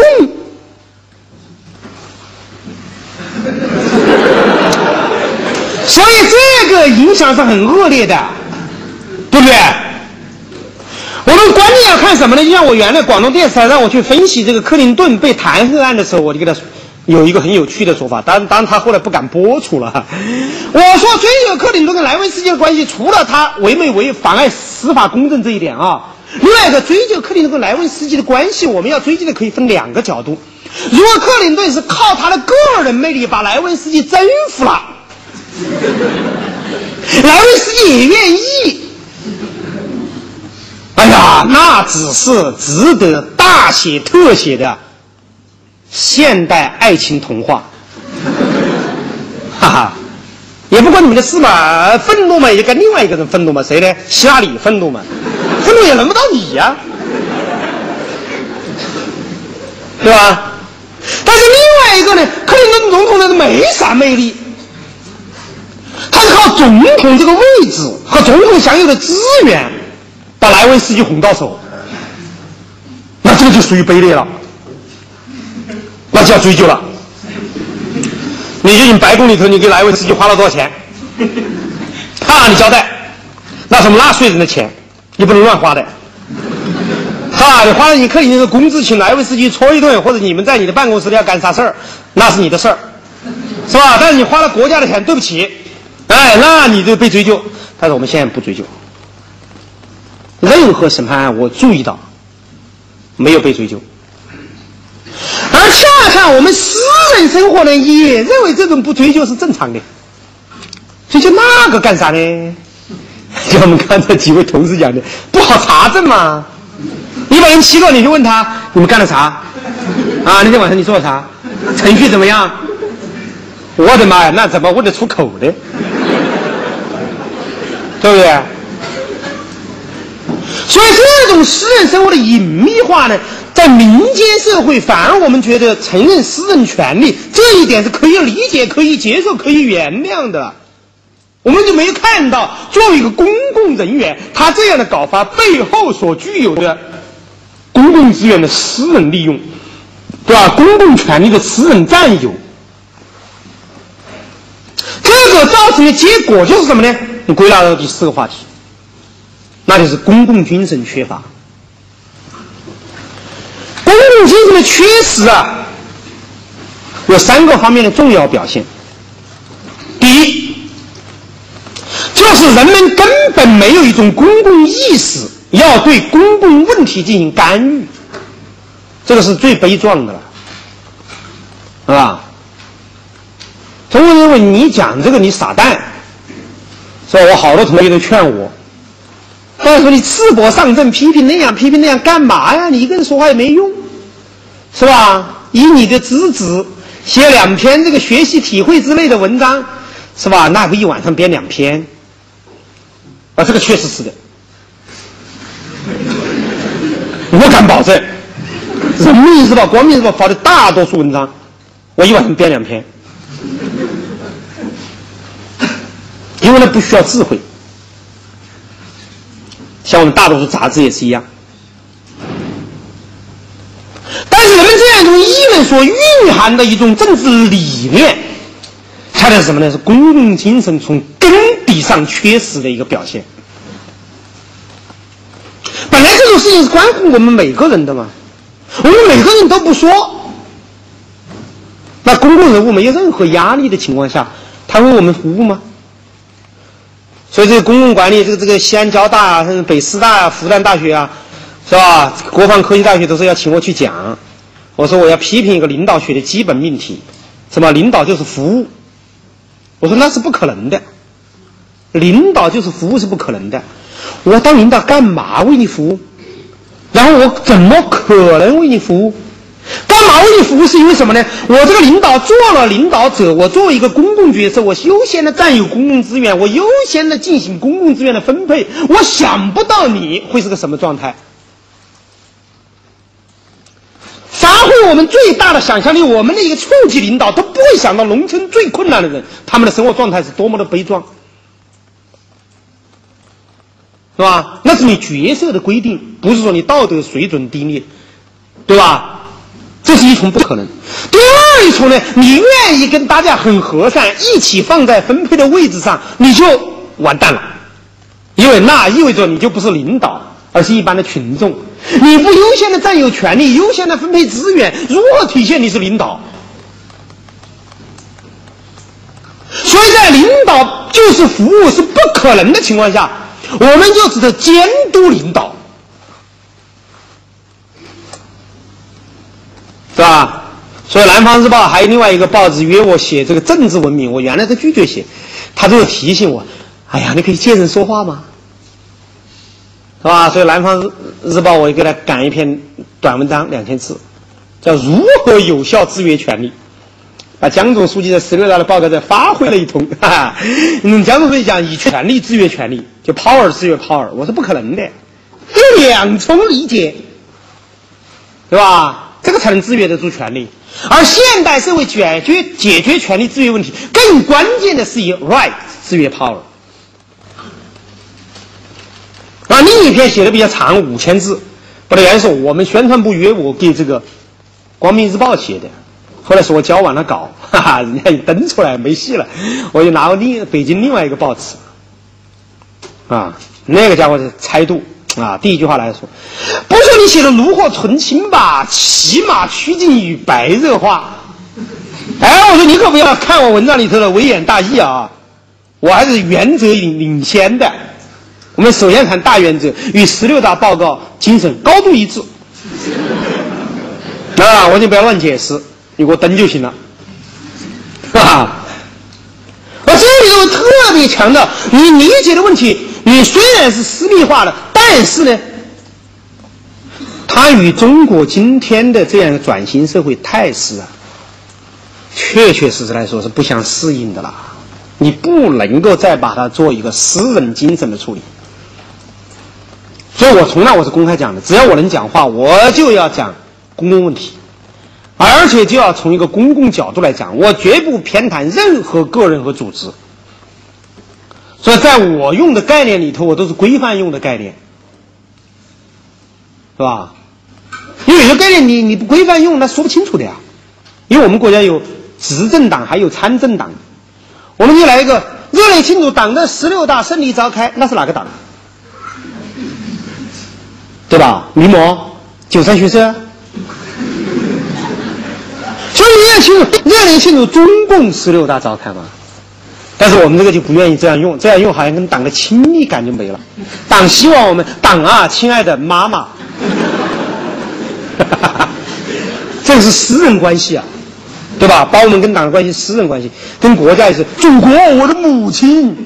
所以这个影响是很恶劣的，对不对？我们关键要看什么呢？就像我原来广东电视台让我去分析这个克林顿被弹劾案的时候，我就给他有一个很有趣的说法，当然他后来不敢播出了。我说追究克林顿跟莱文斯基的关系，除了他违没违妨碍司法公正这一点啊，另外一个追究克林顿跟莱文斯基的关系，我们要追究的可以分2个角度。如果克林顿是靠他的个人魅力把莱文斯基征服了，莱文斯基也愿意，哎呀，那只是值得大写特写的现代爱情童话，哈哈，也不关你们的事嘛。愤怒嘛，也就跟另外一个人愤怒嘛，谁呢？希拉里愤怒嘛，愤怒也轮不到你呀，对吧？但是另外一个呢，克林顿总统呢没啥魅力，他是靠总统这个位置和总统享有的资源把莱文斯基哄到手，那这个就属于卑劣了，那就要追究了。你就你白宫里头，你给莱文斯基花了多少钱？你交代，那是我们纳税人的钱，你不能乱花的。你花了你克林顿的工资请莱文斯基搓一顿，或者你们在你的办公室里要干啥事儿，那是你的事儿，是吧？但是你花了国家的钱，对不起，那你就被追究。但是我们现在不追究，任何审判案我注意到没有被追究，而恰恰我们私人生活呢也认为这种不追究是正常的，追究那个干啥呢？就我们刚才几位同事讲的，不好查证嘛。你把人欺了，你就问他你们干了啥？ 啊，那天晚上你做啥？程序怎么样？我的妈呀，那怎么问得出口的？对不对？所以这种私人生活的隐秘化呢，在民间社会反而我们觉得承认私人权利这一点是可以理解、可以接受、可以原谅的。我们就没有看到作为一个公共人员，他这样的搞法背后所具有的公共资源的私人利用，对吧？公共权利的私人占有，这个造成的结果就是什么呢？你归纳到第4个话题，那就是公共精神缺乏。公共精神的缺失啊，有3个方面的重要表现。第一，就是人们根本没有一种公共意识，要对公共问题进行干预，这个是最悲壮的了，是吧？中国人认为你讲这个你傻蛋，是吧？我好多同学都劝我，但是说你赤膊上阵，批评那样干嘛呀？你一个人说话也没用，是吧？以你的资质写2篇这个学习体会之类的文章，是吧？那个一晚上编2篇。啊，这个确实是的，我敢保证，人民日报、光明日报发的大多数文章，我一晚上编2篇，因为呢不需要智慧，像我们大多数杂志也是一样。但是人们这样一种议论所蕴含的一种政治理念，恰恰是什么呢？是公共精神从根底上缺失的一个表现。本来这种事情是关乎我们每个人的嘛，我们每个人都不说，那公共人物没有任何压力的情况下，他为我们服务吗？所以这个公共管理，这个西安交大啊，甚至北师大啊、复旦大学啊，是吧？国防科技大学都是要请我去讲。我说我要批评一个领导学的基本命题，什么？领导就是服务。我说那是不可能的，领导就是服务是不可能的。我当领导干嘛为你服务？然后我怎么可能为你服务？干嘛为你服务？是因为什么呢？我这个领导做了领导者，我作为一个公共角色，我优先的占有公共资源，我优先的进行公共资源的分配，我想不到你会是个什么状态。发挥我们最大的想象力，我们的一个处级领导都不会想到农村最困难的人，他们的生活状态是多么的悲壮，是吧？那是你角色的规定，不是说你道德水准低劣，对吧？这是一重不可能。第二一重呢，你愿意跟大家很和善，一起放在分配的位置上，你就完蛋了，因为那意味着你就不是领导，而是一般的群众。你不优先的占有权利，优先的分配资源，如何体现你是领导？所以在领导就是服务是不可能的情况下，我们就只是监督领导，是吧？所以南方日报还有另外一个报纸约我写这个政治文明，我原来都拒绝写，他都有提醒我，哎呀，你可以见人说话吗？是吧？所以南方日报我也给他赶一篇短文章2000字，叫如何有效制约权力，把江总书记在16大的报告再发挥了一通。江总书记讲以权力制约权力，就 power 制约 power， 我说不可能的，有2重理解，对吧？这个才能制约得住权力。而现代社会解决权力制约问题，更关键的是以 right 制约 power。另一篇写的比较长，5000字，我的原说我们宣传部约我给这个光明日报写的，后来说我交完了稿，人家一登出来没戏了，我就拿北京另外一个报纸，那个家伙是猜度第一句话来说，不说你写的炉火纯青吧，起码趋近于白热化。我说你可不要看我文章里头的微言大义啊，我还是原则领先的。我们首先谈大原则，与16大报告精神高度一致。我就不要乱解释，你给我登就行了。我这里头特别强调，你理解的问题，你虽然是私密化的，但是呢， 它与中国今天的这样一个转型社会态势啊，确确实实来说是不相适应的啦。你不能够再把它做一个私人精神的处理。所以我从来是公开讲的，只要我能讲话，我就要讲公共问题，而且就要从一个公共角度来讲，我绝不偏袒任何个人和组织。所以在我用的概念里头，我都是规范用的概念，是吧？因为有些概念你不规范用，那说不清楚的呀。因为我们国家有执政党，还有参政党。我们就来一个热烈庆祝党的16大胜利召开，那是哪个党？对吧？民模、九三学社。所以热烈庆祝中共16大召开嘛。但是我们这个就不愿意这样用，这样用好像跟党的亲密感就没了。党希望我们党啊，亲爱的妈妈，这个是私人关系啊，对吧？把我们跟党的关系私人关系，跟国家也是祖国，我的母亲。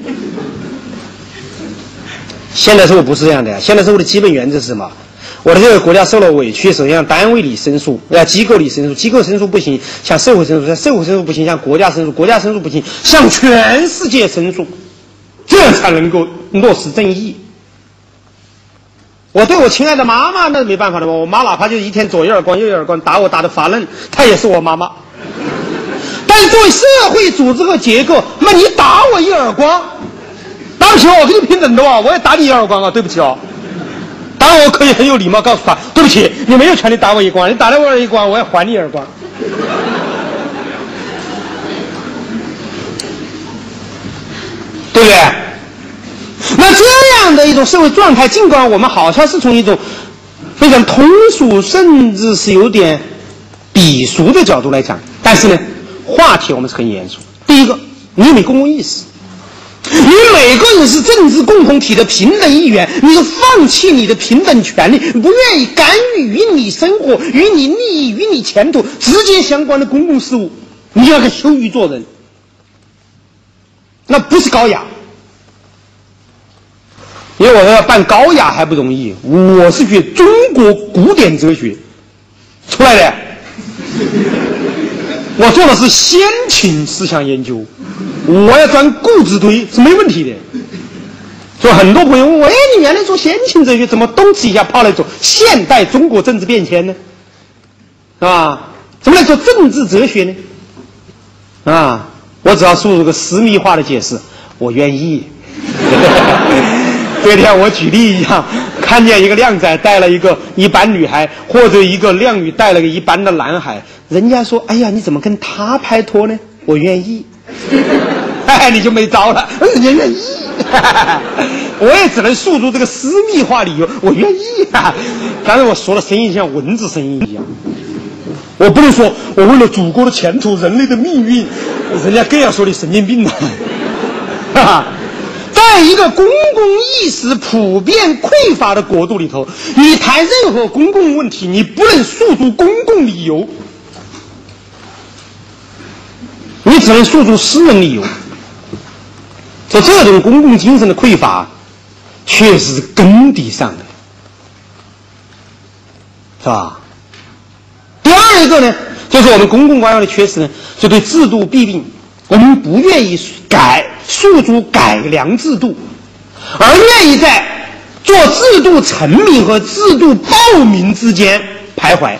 现代社会不是这样的呀，现代社会的基本原则是什么？我的这个国家受了委屈，首先向单位里申诉，要机构里申诉，机构申诉不行，向社会申诉，向社会申诉不行，向国家申诉，国家申诉不行，向全世界申诉，这样才能够落实正义。我对我亲爱的妈妈那没办法的，我妈哪怕就一天左一耳光右一耳光打我打得发愣，她也是我妈妈。但是作为社会组织和结构，那你打我一耳光，对不起，我跟你平等的哦，我也打你一耳光啊，对不起哦。当然我可以很有礼貌告诉他，对不起，你没有权利打我一光，你打了我一光，我要还你耳光。对不对？那这样的一种社会状态，尽管我们好像是从一种非常通俗甚至是有点鄙俗的角度来讲，但是呢，话题我们是很严肃。第一个，你有没有公共意识？你每个人是政治共同体的平等一员，你是放弃你的平等权利，不愿意干预与你生活、与你利益、与你前途直接相关的公共事务，你要个羞于做人，那不是高雅。因为我要办高雅还不容易，我是学中国古典哲学出来的，我做的是先秦思想研究，我要钻故纸堆是没问题的。所以很多朋友问我，你原来做先秦哲学，怎么东吃一下跑来做现代中国政治变迁呢？啊，怎么来做政治哲学呢？啊，我只要输入个私密化的解释，我愿意。昨天我举例一样，看见一个靓仔带了一个一般女孩，或者一个靓女带了个一般的男孩，人家说，哎呀，你怎么跟他拍拖呢？我愿意。你就没招了，人家愿意。我也只能诉诸这个私密化理由，我愿意。但是我说的声音像蚊子声音一样，我不能说我为了祖国的前途、人类的命运，人家更要说你神经病了。在一个公共意识普遍匮乏的国度里头，你谈任何公共问题，你不能诉诸公共理由，你只能诉诸私人理由。所以这种公共精神的匮乏确实是根底上的，是吧？第二一个呢，就是我们公共官员的缺失呢，就对制度弊病，我们不愿意诉诸改良制度，而愿意在做制度成名和制度暴民之间徘徊。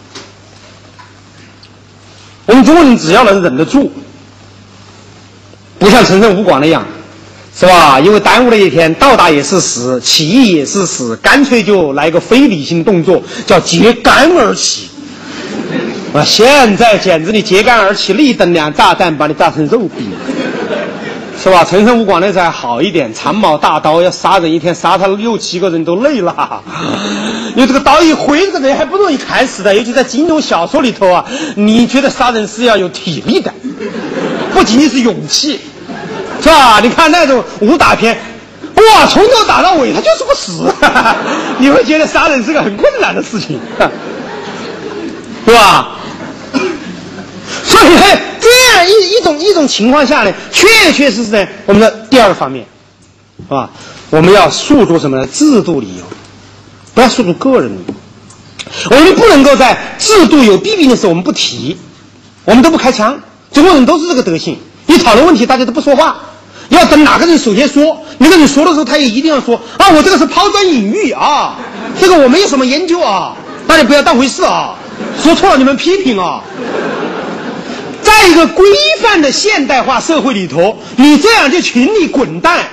我们中国人只要能忍得住，不像陈胜吴广那样，是吧？因为耽误了一天，到达也是死，起义也是死，干脆就来个非理性动作，叫揭竿而起。现在简直你揭竿而起，立等两炸弹把你炸成肉饼，是吧？陈胜吴广那才好一点，长矛大刀要杀人，一天杀他6、7个人都累了。因为这个刀一挥，这个人还不容易砍死的，尤其在金庸小说里头啊，你觉得杀人是要有体力的，不仅仅是勇气，是吧？你看那种武打片，哇，从头打到尾他就是不死，你会觉得杀人是个很困难的事情，是吧？所以这样一种情况下呢，确实是呢我们的第二个方面，是吧？我们要诉诸什么呢？制度理由，不要诉诸个人理由。 我们不能够在制度有弊病的时候我们不提，我们都不开枪。中国人都是这个德行，一讨论问题大家都不说话，要等哪个人首先说，那个人说的时候他也一定要说啊，我这个是抛砖引玉啊，这个我没有什么研究啊，大家不要当回事啊，说错了你们批评啊。在一个规范的现代化社会里头，你这样就请你滚蛋，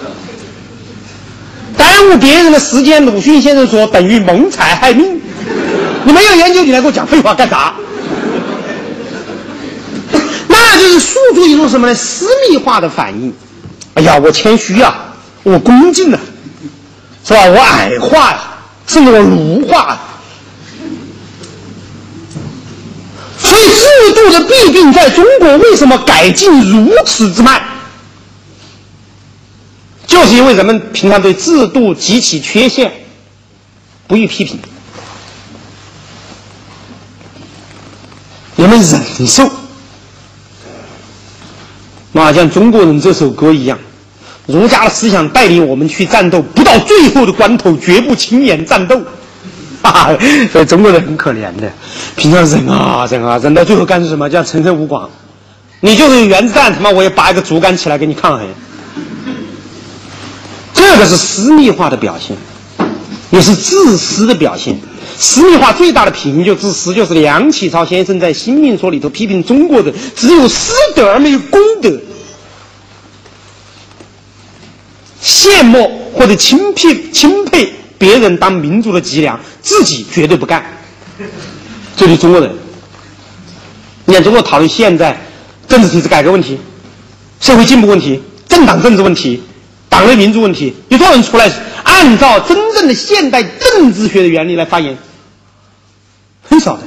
耽误别人的时间。鲁迅先生说等于谋财害命，你没有研究你来给我讲废话干啥？那就是诉诸一种什么呢？私密化的反应。哎呀，我谦虚啊，我恭敬啊，是吧？我矮化呀，甚至我儒化呀。所以制度的弊病在中国为什么改进如此之慢？就是因为人们平常对制度及其缺陷不予批评，人们忍受。那像中国人这首歌一样，儒家的思想带领我们去战斗，不到最后的关头绝不轻言战斗。所以中国人很可怜的，平常忍啊忍啊忍到最后干什么？叫陈胜吴广，你就是原子弹，他妈我也拔一个竹竿起来给你抗衡。这个是私密化的表现，也是自私的表现。私密化最大的品就自私，就是梁启超先生在《新民说》里头批评中国的只有私德而没有公德，羡慕或者钦佩别人当民族的脊梁，自己绝对不干。这就是中国人。你看中国讨论现在政治体制改革问题、社会进步问题、政党政治问题、党内民主问题，有多少人出来按照真正的现代政治学的原理来发言？很少的。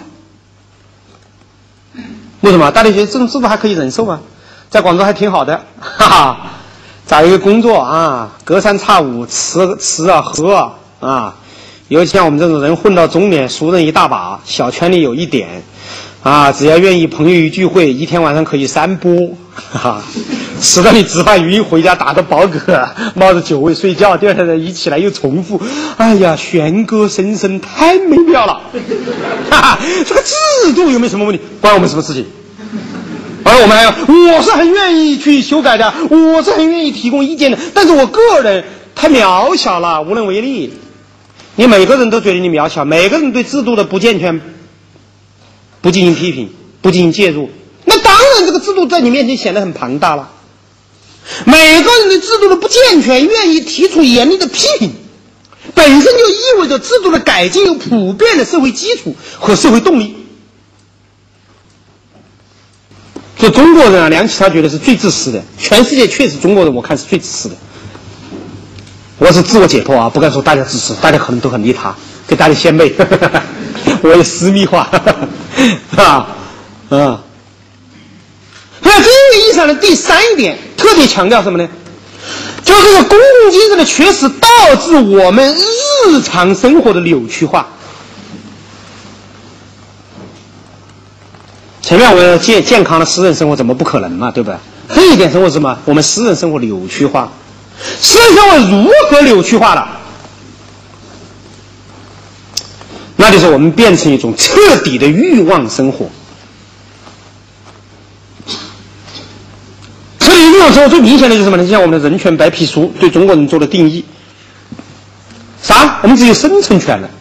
为什么？大家觉得这种制度还可以忍受吗？在广州还挺好的，哈哈，找一个工作啊，隔三差五吃啊喝啊，尤其像我们这种人混到中年，熟人一大把，小圈里有一点啊，只要愿意，朋友一聚会，一天晚上可以3波，哈哈，吃到你吃饭晕，回家打着饱嗝，冒着酒味睡觉，第二天一起来又重复，哎呀，弦歌声声，太美妙了，哈哈，这个制度有没有什么问题？关我们什么事情？而我们还要，我是很愿意去修改的，我是很愿意提供意见的，但是我个人太渺小了，无能为力。你每个人都觉得你渺小，每个人对制度的不健全不进行批评，不进行介入，那当然这个制度在你面前显得很庞大了。每个人对制度的不健全愿意提出严厉的批评，本身就意味着制度的改进有普遍的社会基础和社会动力。所以中国人啊，梁启超觉得是最自私的，全世界确实中国人我看是最自私的。我是自我解剖啊，不敢说大家自私，大家可能都很利他，给大家献媚，我也私密化，啊，那这个意义上的第3点特别强调什么呢？就是这个公共精神的缺失导致我们日常生活的扭曲化。前面我要健康的私人生活怎么不可能嘛，对吧？这一点生活是什么？我们私人生活扭曲化。私人生活如何扭曲化了？那就是我们变成一种彻底的欲望生活。彻底欲望生活最明显的就是什么呢？就像我们的人权白皮书对中国人做的定义，啥？我们只有生存权了。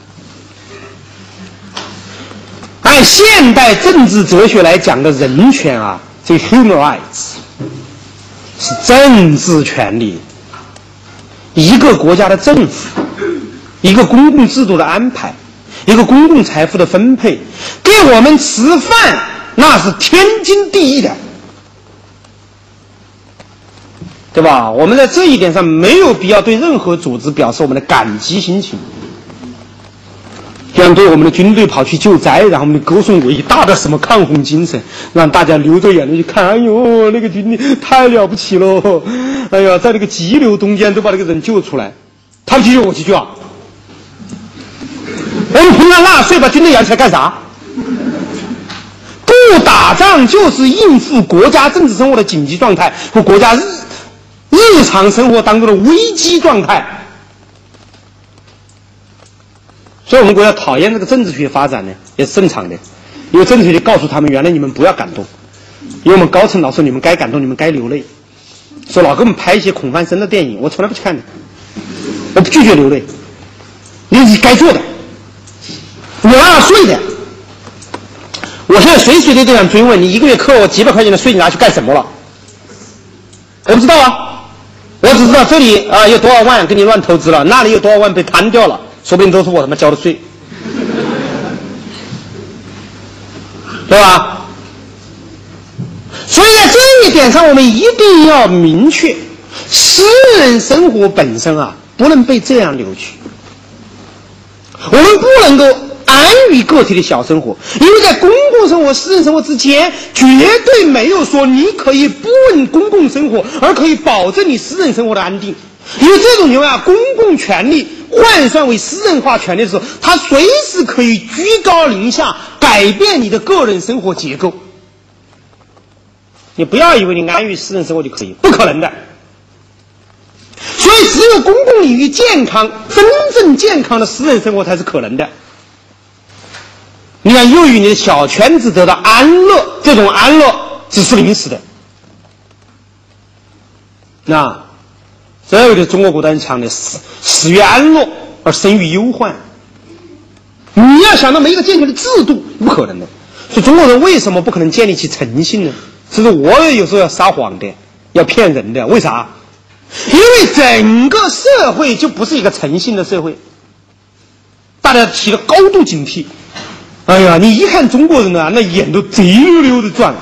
按现代政治哲学来讲的人权啊，这个 human rights 是政治权利，一个国家的政府，一个公共制度的安排，一个公共财富的分配，给我们吃饭那是天经地义的，对吧？我们在这一点上没有必要对任何组织表示我们的感激心情，像对我们的军队跑去救灾，然后我们歌颂伟大的什么抗洪精神，让大家流着眼泪去看，哎呦，那个军队太了不起了，哎呀，在那个急流中间都把那个人救出来，他们去救我去救啊！我们平常纳税把军队养起来干啥？不打仗就是应付国家政治生活的紧急状态和国家日常生活当中的危机状态。 所以我们国家讨厌这个政治学发展呢，也是正常的。因为政治学告诉他们，原来你们不要感动，因为我们高层老说你们该感动，你们该流泪，说老给我们拍一些孔繁森的电影，我从来不去看的，我不拒绝流泪，因为你该做的，我让他睡的。我现在随时都这样追问你，一个月扣我几百块钱的税，你拿去干什么了？我不知道啊，我只知道这里啊有多少万给你乱投资了，那里有多少万被贪掉了，说不定都是我他妈交的税，对吧？所以在这一点上，我们一定要明确，私人生活本身啊，不能被这样扭曲。我们不能够安于个体的小生活，因为在公共生活、私人生活之间，绝对没有说你可以不问公共生活，而可以保证你私人生活的安定。因为这种情况下，公共权利换算为私人化权利的时候，它随时可以居高临下，改变你的个人生活结构。你不要以为你安于私人生活就可以，不可能的。所以只有公共领域健康、真正健康的私人生活才是可能的。你看，由于你的小圈子得到安乐，这种安乐只是临时的。那所有的中国古代人讲的死于安乐而生于忧患。你要想到每一个健全的制度，不可能的。所以中国人为什么不可能建立起诚信呢？其实我有时候要撒谎的，要骗人的。为啥？因为整个社会就不是一个诚信的社会，大家起了高度警惕。哎呀，你一看中国人啊，那眼都贼溜溜的转，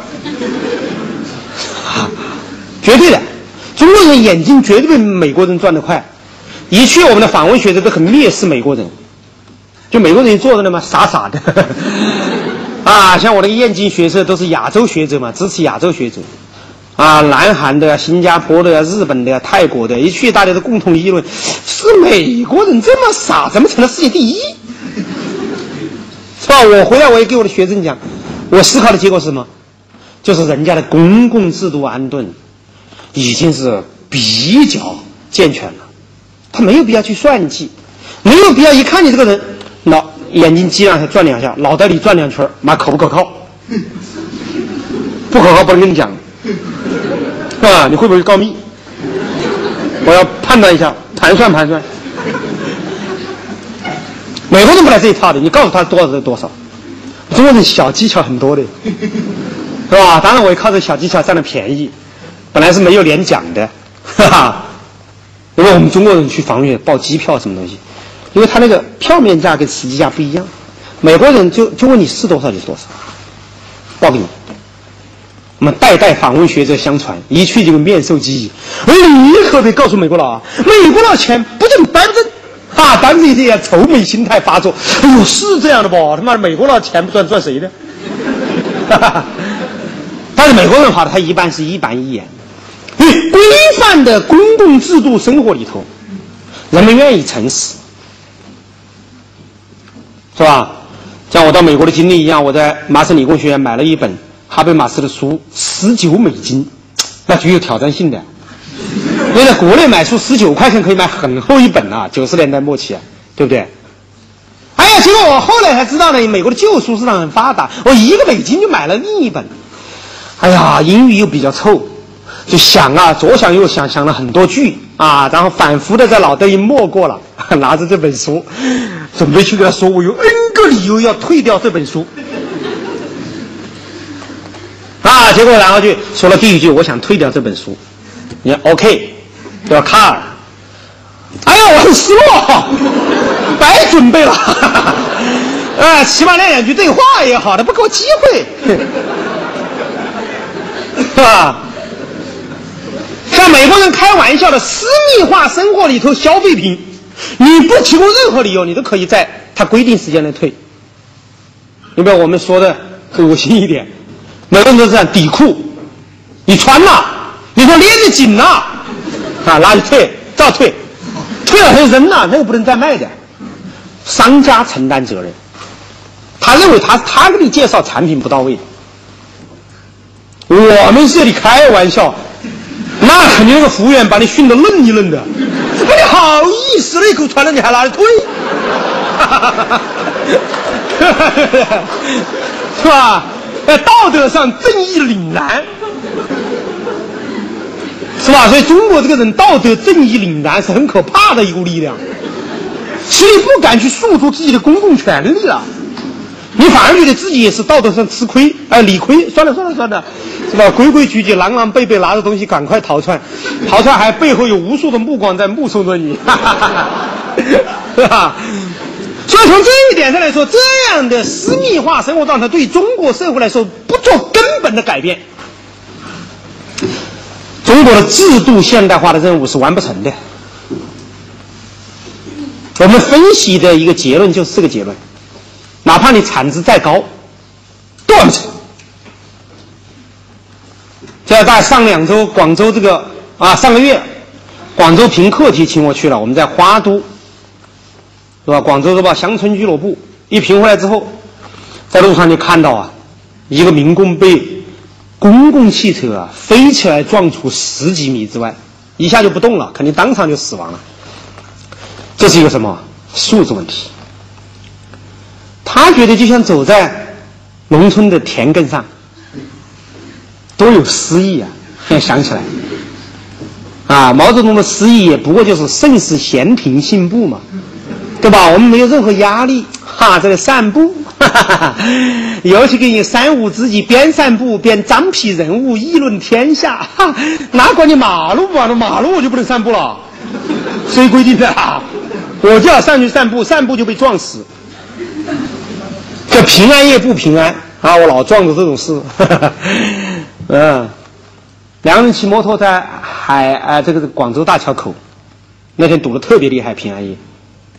绝对的，中国人眼睛绝对比美国人转得快。一去我们的访问学者都很蔑视美国人，就美国人坐着呢嘛，傻傻的啊，像我那个燕京学社都是亚洲学者嘛，支持亚洲学者啊，南韩的、新加坡的、日本的、泰国的，一去大家都共同议论，这个美国人这么傻，怎么成了世界第一？是吧？我回来我也给我的学生讲，我思考的结果是什么？就是人家的公共制度安顿已经是比较健全了，他没有必要去算计，没有必要一看你这个人，眼睛鸡两下转两下，脑袋里转两圈，妈可不可靠？不可靠不能跟你讲，啊，你会不会告密？我要判断一下，盘算。美国人不来这一套的，你告诉他多少就多少。中国人小技巧很多的，是吧？当然我也靠着小技巧占了便宜，本来是没有连奖的，哈哈。因为我们中国人去访问报机票什么东西，因为他那个票面价跟实际价不一样，美国人就问你是多少就是多少，报给你。我们代代访问学者相传，一去就面授机宜，立刻得告诉美国佬啊，美国佬钱不准100%。当时这样愁眉心态发作，哎呦，是这样的不？他妈美国佬钱不赚谁的？但是美国人话，他一般是一板一眼。因为规范的公共制度生活里头，人们愿意诚实，是吧？像我到美国的经历一样，我在麻省理工学院买了一本哈贝马斯的书，$19，那具有挑战性的。因为在国内买书19块钱可以买很厚一本啊，90年代末期啊，对不对？哎呀，结果我后来才知道呢，美国的旧书市场很发达，我$1就买了另一本。哎呀，英语又比较臭，就想啊，左想右想，想了很多句啊，然后反复的在脑袋里默过了，拿着这本书，准备去跟他说，我有 N 个理由要退掉这本书。啊，结果然后就说了第一句，我想退掉这本书。你看 OK， 对吧？卡尔，哎呀，我很失落，白准备了，起码那2句对话也好，他不给我机会，是吧？像美国人开玩笑的私密化生活里头消费品，你不提供任何理由，你都可以在他规定时间内退。有没有我们说的恶心一点？美国人都是这样，底裤你穿了。你说捏着紧了，拿去退，照退，退了还有扔了，那个不能再卖的，商家承担责任。他认为他给你介绍产品不到位，我们这里开玩笑，那肯定那个服务员把你训得愣一愣的，怎么你好意思了一口穿了你还拿来退？ 是吧？道德上正义凛然，是吧？所以中国这个人道德正义凛然是很可怕的一股力量，所以不敢去诉诸自己的公共权利了。你反而觉得自己也是道德上吃亏，理亏，算了，是吧？规规矩矩，狼狼狈狈拿着东西赶快逃窜还背后有无数的目光在目送着你，是吧？所以从这一点上来说，这样的私密化生活状态对中国社会来说不做根本的改变，中国的制度现代化的任务是完不成的。我们分析的一个结论就是这个结论，哪怕你产值再高都完不成。就在上2周广州这个上个月广州评课题请我去了，我们在花都，是吧？广州日报乡村俱乐部一评回来之后，在路上就看到一个民工被公共汽车飞起来撞出10几米之外，一下就不动了，肯定当场就死亡了。这是一个什么素质问题？他觉得就像走在农村的田埂上，多有诗意啊！现在想起来毛泽东的诗意也不过就是盛世闲庭信步嘛，对吧？我们没有任何压力这个散步尤其给你3、5知己边散步边张皮人物议论天下哪管你马路不马路我就不能散步了，谁规定的我就要上去散步，散步就被撞死。这平安夜不平安我老撞着这种事两个人骑摩托在这个广州大桥口，那天堵得特别厉害，平安夜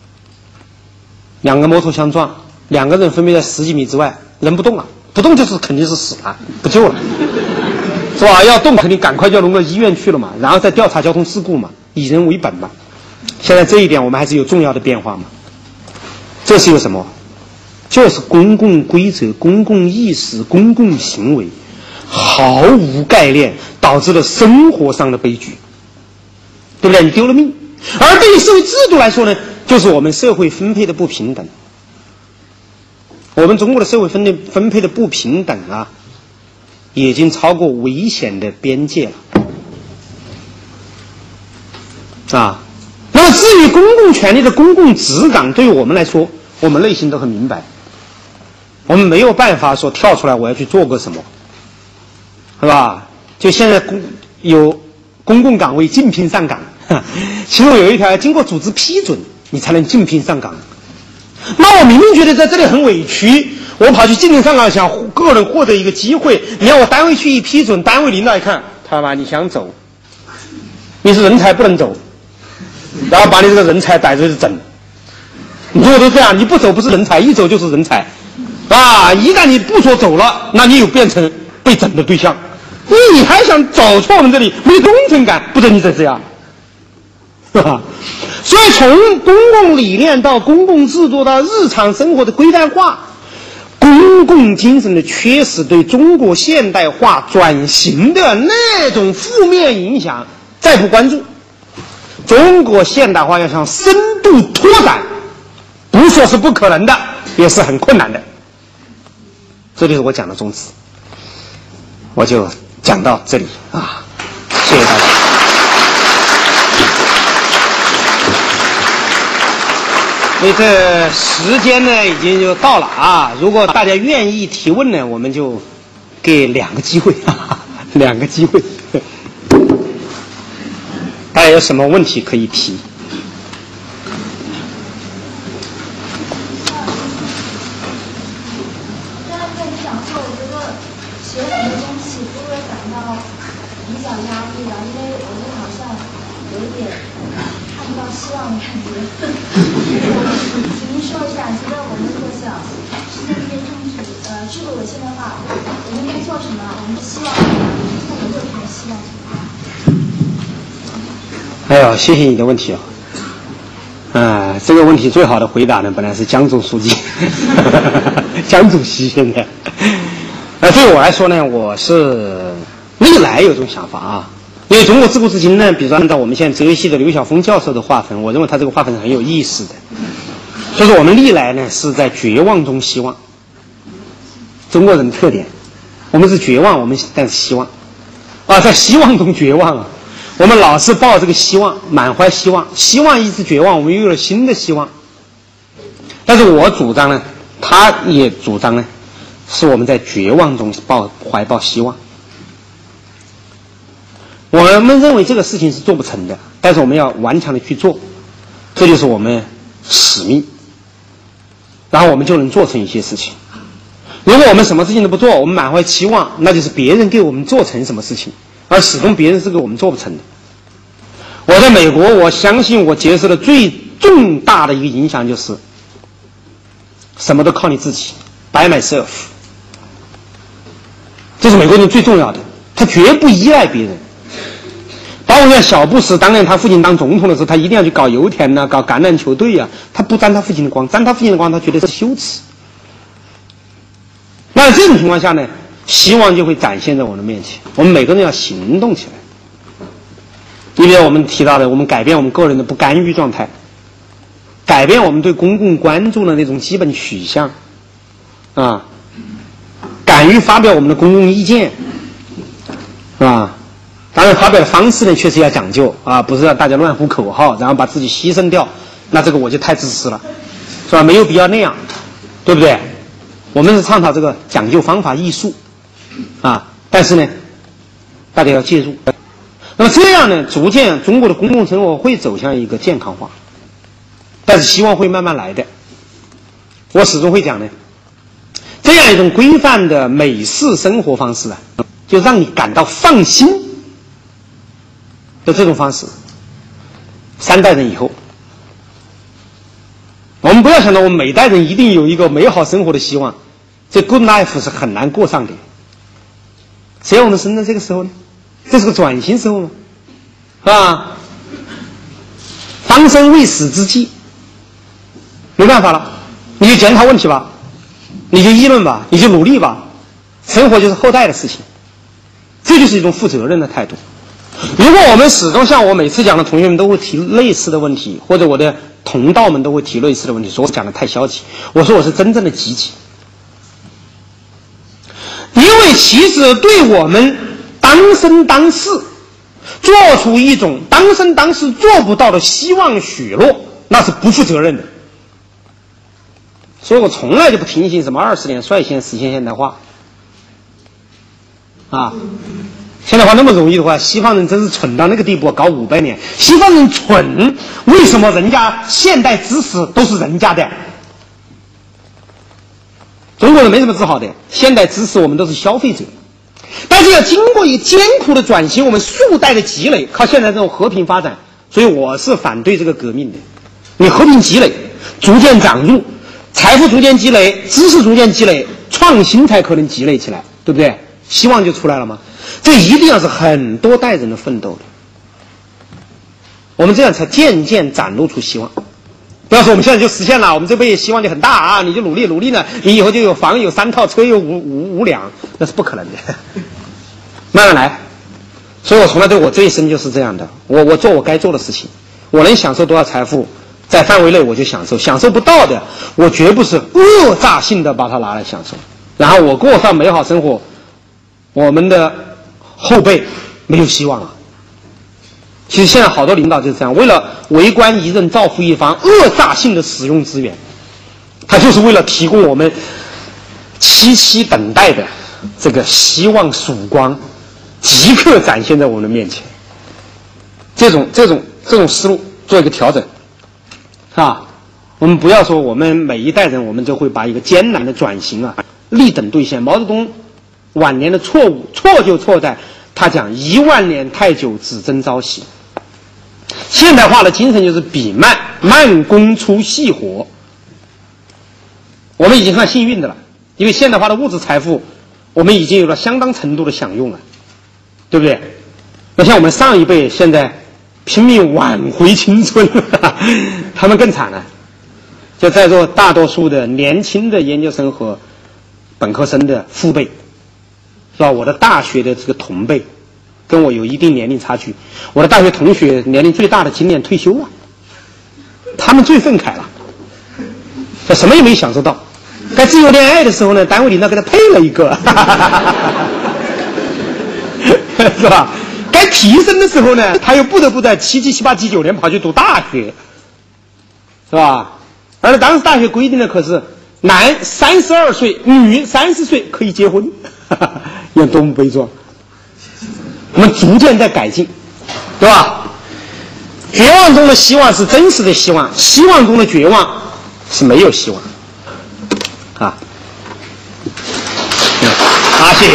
2个摩托相撞，2个人分别在10几米之外，人不动了，不动就是肯定是死了，不救了，是吧？要动肯定赶快就要弄到医院去了嘛，然后再调查交通事故嘛，以人为本嘛。现在这一点我们还是有重要的变化嘛。这是一个什么？就是公共规则、公共意识、公共行为毫无概念，导致了生活上的悲剧，对不对？你丢了命。而对于社会制度来说呢，就是我们社会分配的不平等。我们中国的社会分配的不平等已经超过危险的边界了那么至于公共权利的公共质感，对于我们来说，我们内心都很明白，我们没有办法说跳出来我要去做个什么，是吧？就现在有公共岗位竞聘上岗，其中有一条经过组织批准你才能竞聘上岗。那我明明觉得在这里很委屈，我跑去竞聘上岗想个人获得一个机会，你让我单位去一批准，单位领导一看，他妈你想走，你是人才不能走，然后把你这个人才逮着就整。你说都这样，你不走不是人才，一走就是人才一旦你不说走了，那你有变成被整的对象，你还想走错我们这里，没忠诚感，不准你这样所以从公共理念到公共制度到日常生活的规范化，公共精神的缺失对中国现代化转型的那种负面影响再不关注，中国现代化要向深度拓展，不说是不可能的，也是很困难的。这就是我讲的宗旨，我就讲到这里谢谢大家。所以这时间呢已经就到了如果大家愿意提问呢，我们就给2个机会2个机会大家有什么问题可以提？谢谢你的问题这个问题最好的回答呢，本来是江总书记江主席现在对我来说呢，我是历来有这种想法因为中国自古至今呢，比如说按照我们现在哲学系的刘晓峰教授的划分，我认为他这个划分是很有意思的。 就是我们历来呢是在绝望中希望。中国人特点，我们是绝望，我们但是希望啊，在希望中绝望啊。我们老是抱这个希望，满怀希望，希望一直绝望，我们又有了新的希望。但是我主张呢，他也主张呢，是我们在绝望中怀抱希望。我们认为这个事情是做不成的，但是我们要顽强的去做，这就是我们使命，然后我们就能做成一些事情。如果我们什么事情都不做，我们满怀期望，那就是别人给我们做成什么事情，而始终别人是给我们做不成的。我在美国，我相信我接受的最重大的一个影响就是什么都靠你自己 by myself， 这是美国人最重要的，他绝不依赖别人。包括像小布什当年他父亲当总统的时候，他一定要去搞油田啊，搞橄榄球队啊，他不沾他父亲的光，沾他父亲的光他觉得是羞耻。那这种情况下呢，希望就会展现在我们的面前，我们每个人要行动起来。你比如我们提到的，我们改变我们个人的不干预状态，改变我们对公共关注的那种基本取向啊，敢于发表我们的公共意见啊。当然发表的方式呢确实要讲究啊，不是让大家乱呼口号然后把自己牺牲掉，那这个我就太自私了，是吧？没有必要那样，对不对？我们是倡导这个讲究方法艺术啊，但是呢大家要介入。那么这样呢，逐渐中国的公共生活会走向一个健康化，但是希望会慢慢来的。我始终会讲呢，这样一种规范的美式生活方式啊，就让你感到放心的这种方式，3代人以后，我们不要想到我们每代人一定有一个美好生活的希望，这 good life 是很难过上的。谁让我们生在这个时候呢？这是个转型时候嘛，是吧？方生未死之际，没办法了，你就检讨问题吧，你就议论吧，你就努力吧，生活就是后代的事情，这就是一种负责任的态度。如果我们始终像我每次讲的同学们都会提类似的问题，或者我的同道们都会提类似的问题，说我讲的太消极，我说我是真正的积极，因为其实对我们当生当世做出一种当生当世做不到的希望许诺，那是不负责任的。所以我从来就不听信什么20年率先实现现代化啊！现代化那么容易的话，西方人真是蠢到那个地步，搞500年。西方人蠢，为什么人家现代知识都是人家的？中国人没什么自豪的，现代知识我们都是消费者。但是要经过一个艰苦的转型，我们数代的积累，靠现在这种和平发展，所以我是反对这个革命的。你和平积累，逐渐长入，财富逐渐积累，知识逐渐积累，创新才可能积累起来，对不对？希望就出来了吗？这一定要是很多代人的奋斗的，我们这样才渐渐展露出希望。不要说我们现在就实现了，我们这辈子希望就很大啊！你就努力呢，你以后就有房有3套车有五辆，那是不可能的。慢慢来。所以我从来对我这一生就是这样的，我做我该做的事情，我能享受多少财富，在范围内我就享受，享受不到的，我绝不是恶诈性的把它拿来享受。然后我过上美好生活，我们的后辈没有希望了。其实现在好多领导就是这样，为了为官一任造福一方，恶诈性的使用资源，他就是为了提供我们凄凄等待的这个希望曙光即刻展现在我们的面前。这种思路做一个调整啊，我们不要说我们每一代人我们就会把一个艰难的转型啊立等兑现。毛泽东晚年的错误，错就错在他讲10000年太久，只争朝夕。现代化的精神就是比慢，慢工出细活。我们已经算幸运的了，因为现代化的物质财富我们已经有了相当程度的享用了，对不对？那像我们上一辈现在拼命挽回青春他们更惨了。就在座大多数的年轻的研究生和本科生的父辈，是吧？我的大学的这个同辈跟我有一定年龄差距，我的大学同学年龄最大的今年退休了，他们最愤慨了这什么也没享受到。该自由恋爱的时候呢，单位领导给他配了一个，是吧？该提升的时候呢，他又不得不在7、7、8、9年跑去读大学，是吧？而且当时大学规定的可是男32岁，女30岁可以结婚，有多么悲壮！我们逐渐在改进，对吧？绝望中的希望是真实的希望，希望中的绝望是没有希望。啊，好，谢谢。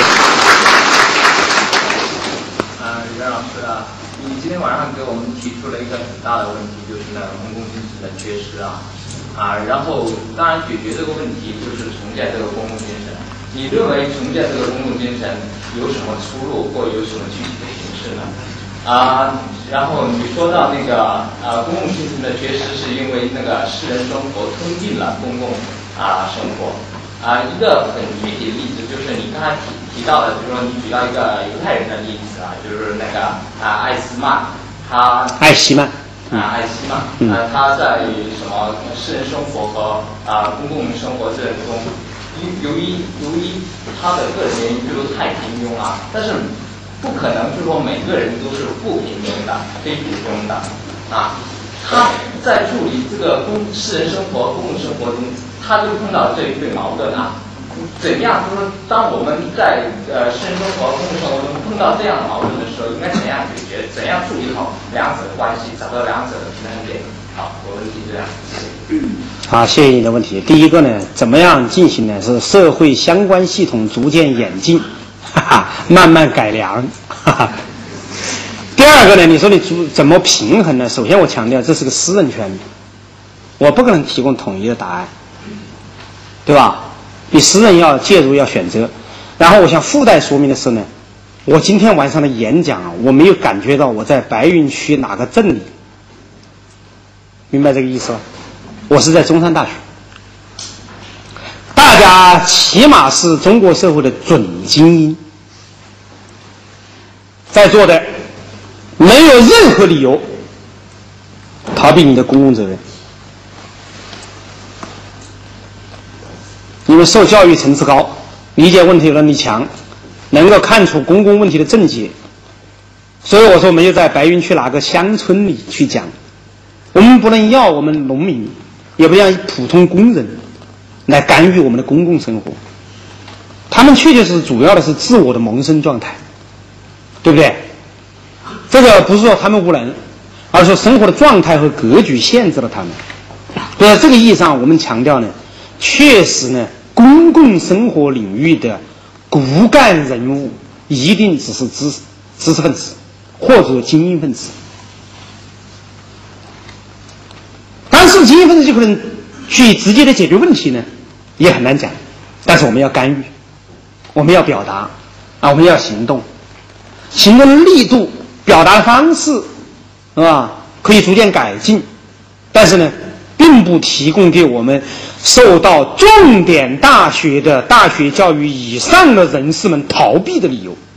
袁老师啊，你今天晚上给我们提出了一个很大的问题，就是那个公共精神的缺失啊。然后当然解决这个问题就是重建这个公共精神。你认为重建这个公共精神有什么出路，或有什么具体的形式呢？然后你说到那个公共精神的缺失，是因为那个私人生活吞并了公共生活。一个很具体的例子就是你刚才提到的，就是说你举到一个犹太人的例子就是那个艾希曼，他在什么私人生活和公共生活这中，由于他的个人原因，就是太平庸了，但是不可能就是说每个人都是不平庸的、非平庸的他在处理这个私人生活、公共生活中，他就碰到这一对矛盾怎样就是当我们在私人生活、公共生活中碰到这样的矛盾的时候，应该怎样解决？怎样处理好两者的关系，找到两者的平衡点？好，我问题这样，谢谢。 好，谢谢你的问题。第一个呢，怎么样进行呢？是社会相关系统逐渐演进，慢慢改良。第二个呢，你说你怎么平衡呢？首先我强调，这是个私人权利，我不可能提供统一的答案，对吧？你私人要介入，要选择。然后我想附带说明的是呢，我今天晚上的演讲我没有感觉到我在白云区哪个镇里，明白这个意思吗？我是在中山大学，大家起码是中国社会的准精英，在座的没有任何理由逃避你的公共责任，因为受教育层次高，理解问题能力强，能够看出公共问题的症结。所以我说没有在白云区哪个乡村里去讲，我们不能要我们农民，也不要普通工人来干预我们的公共生活，他们确确实实主要的是自我的萌生状态，对不对？这个不是说他们无能，而是说生活的状态和格局限制了他们。所以在这个意义上，我们强调呢，确实呢，公共生活领域的骨干人物一定只是知识分子或者精英分子，但是精英分子就可能去直接的解决问题呢，也很难讲。但是我们要干预，我们要表达我们要行动，行动的力度、表达的方式，是吧？可以逐渐改进，但是呢，并不提供给我们受到重点大学的大学教育以上的人士们逃避的理由。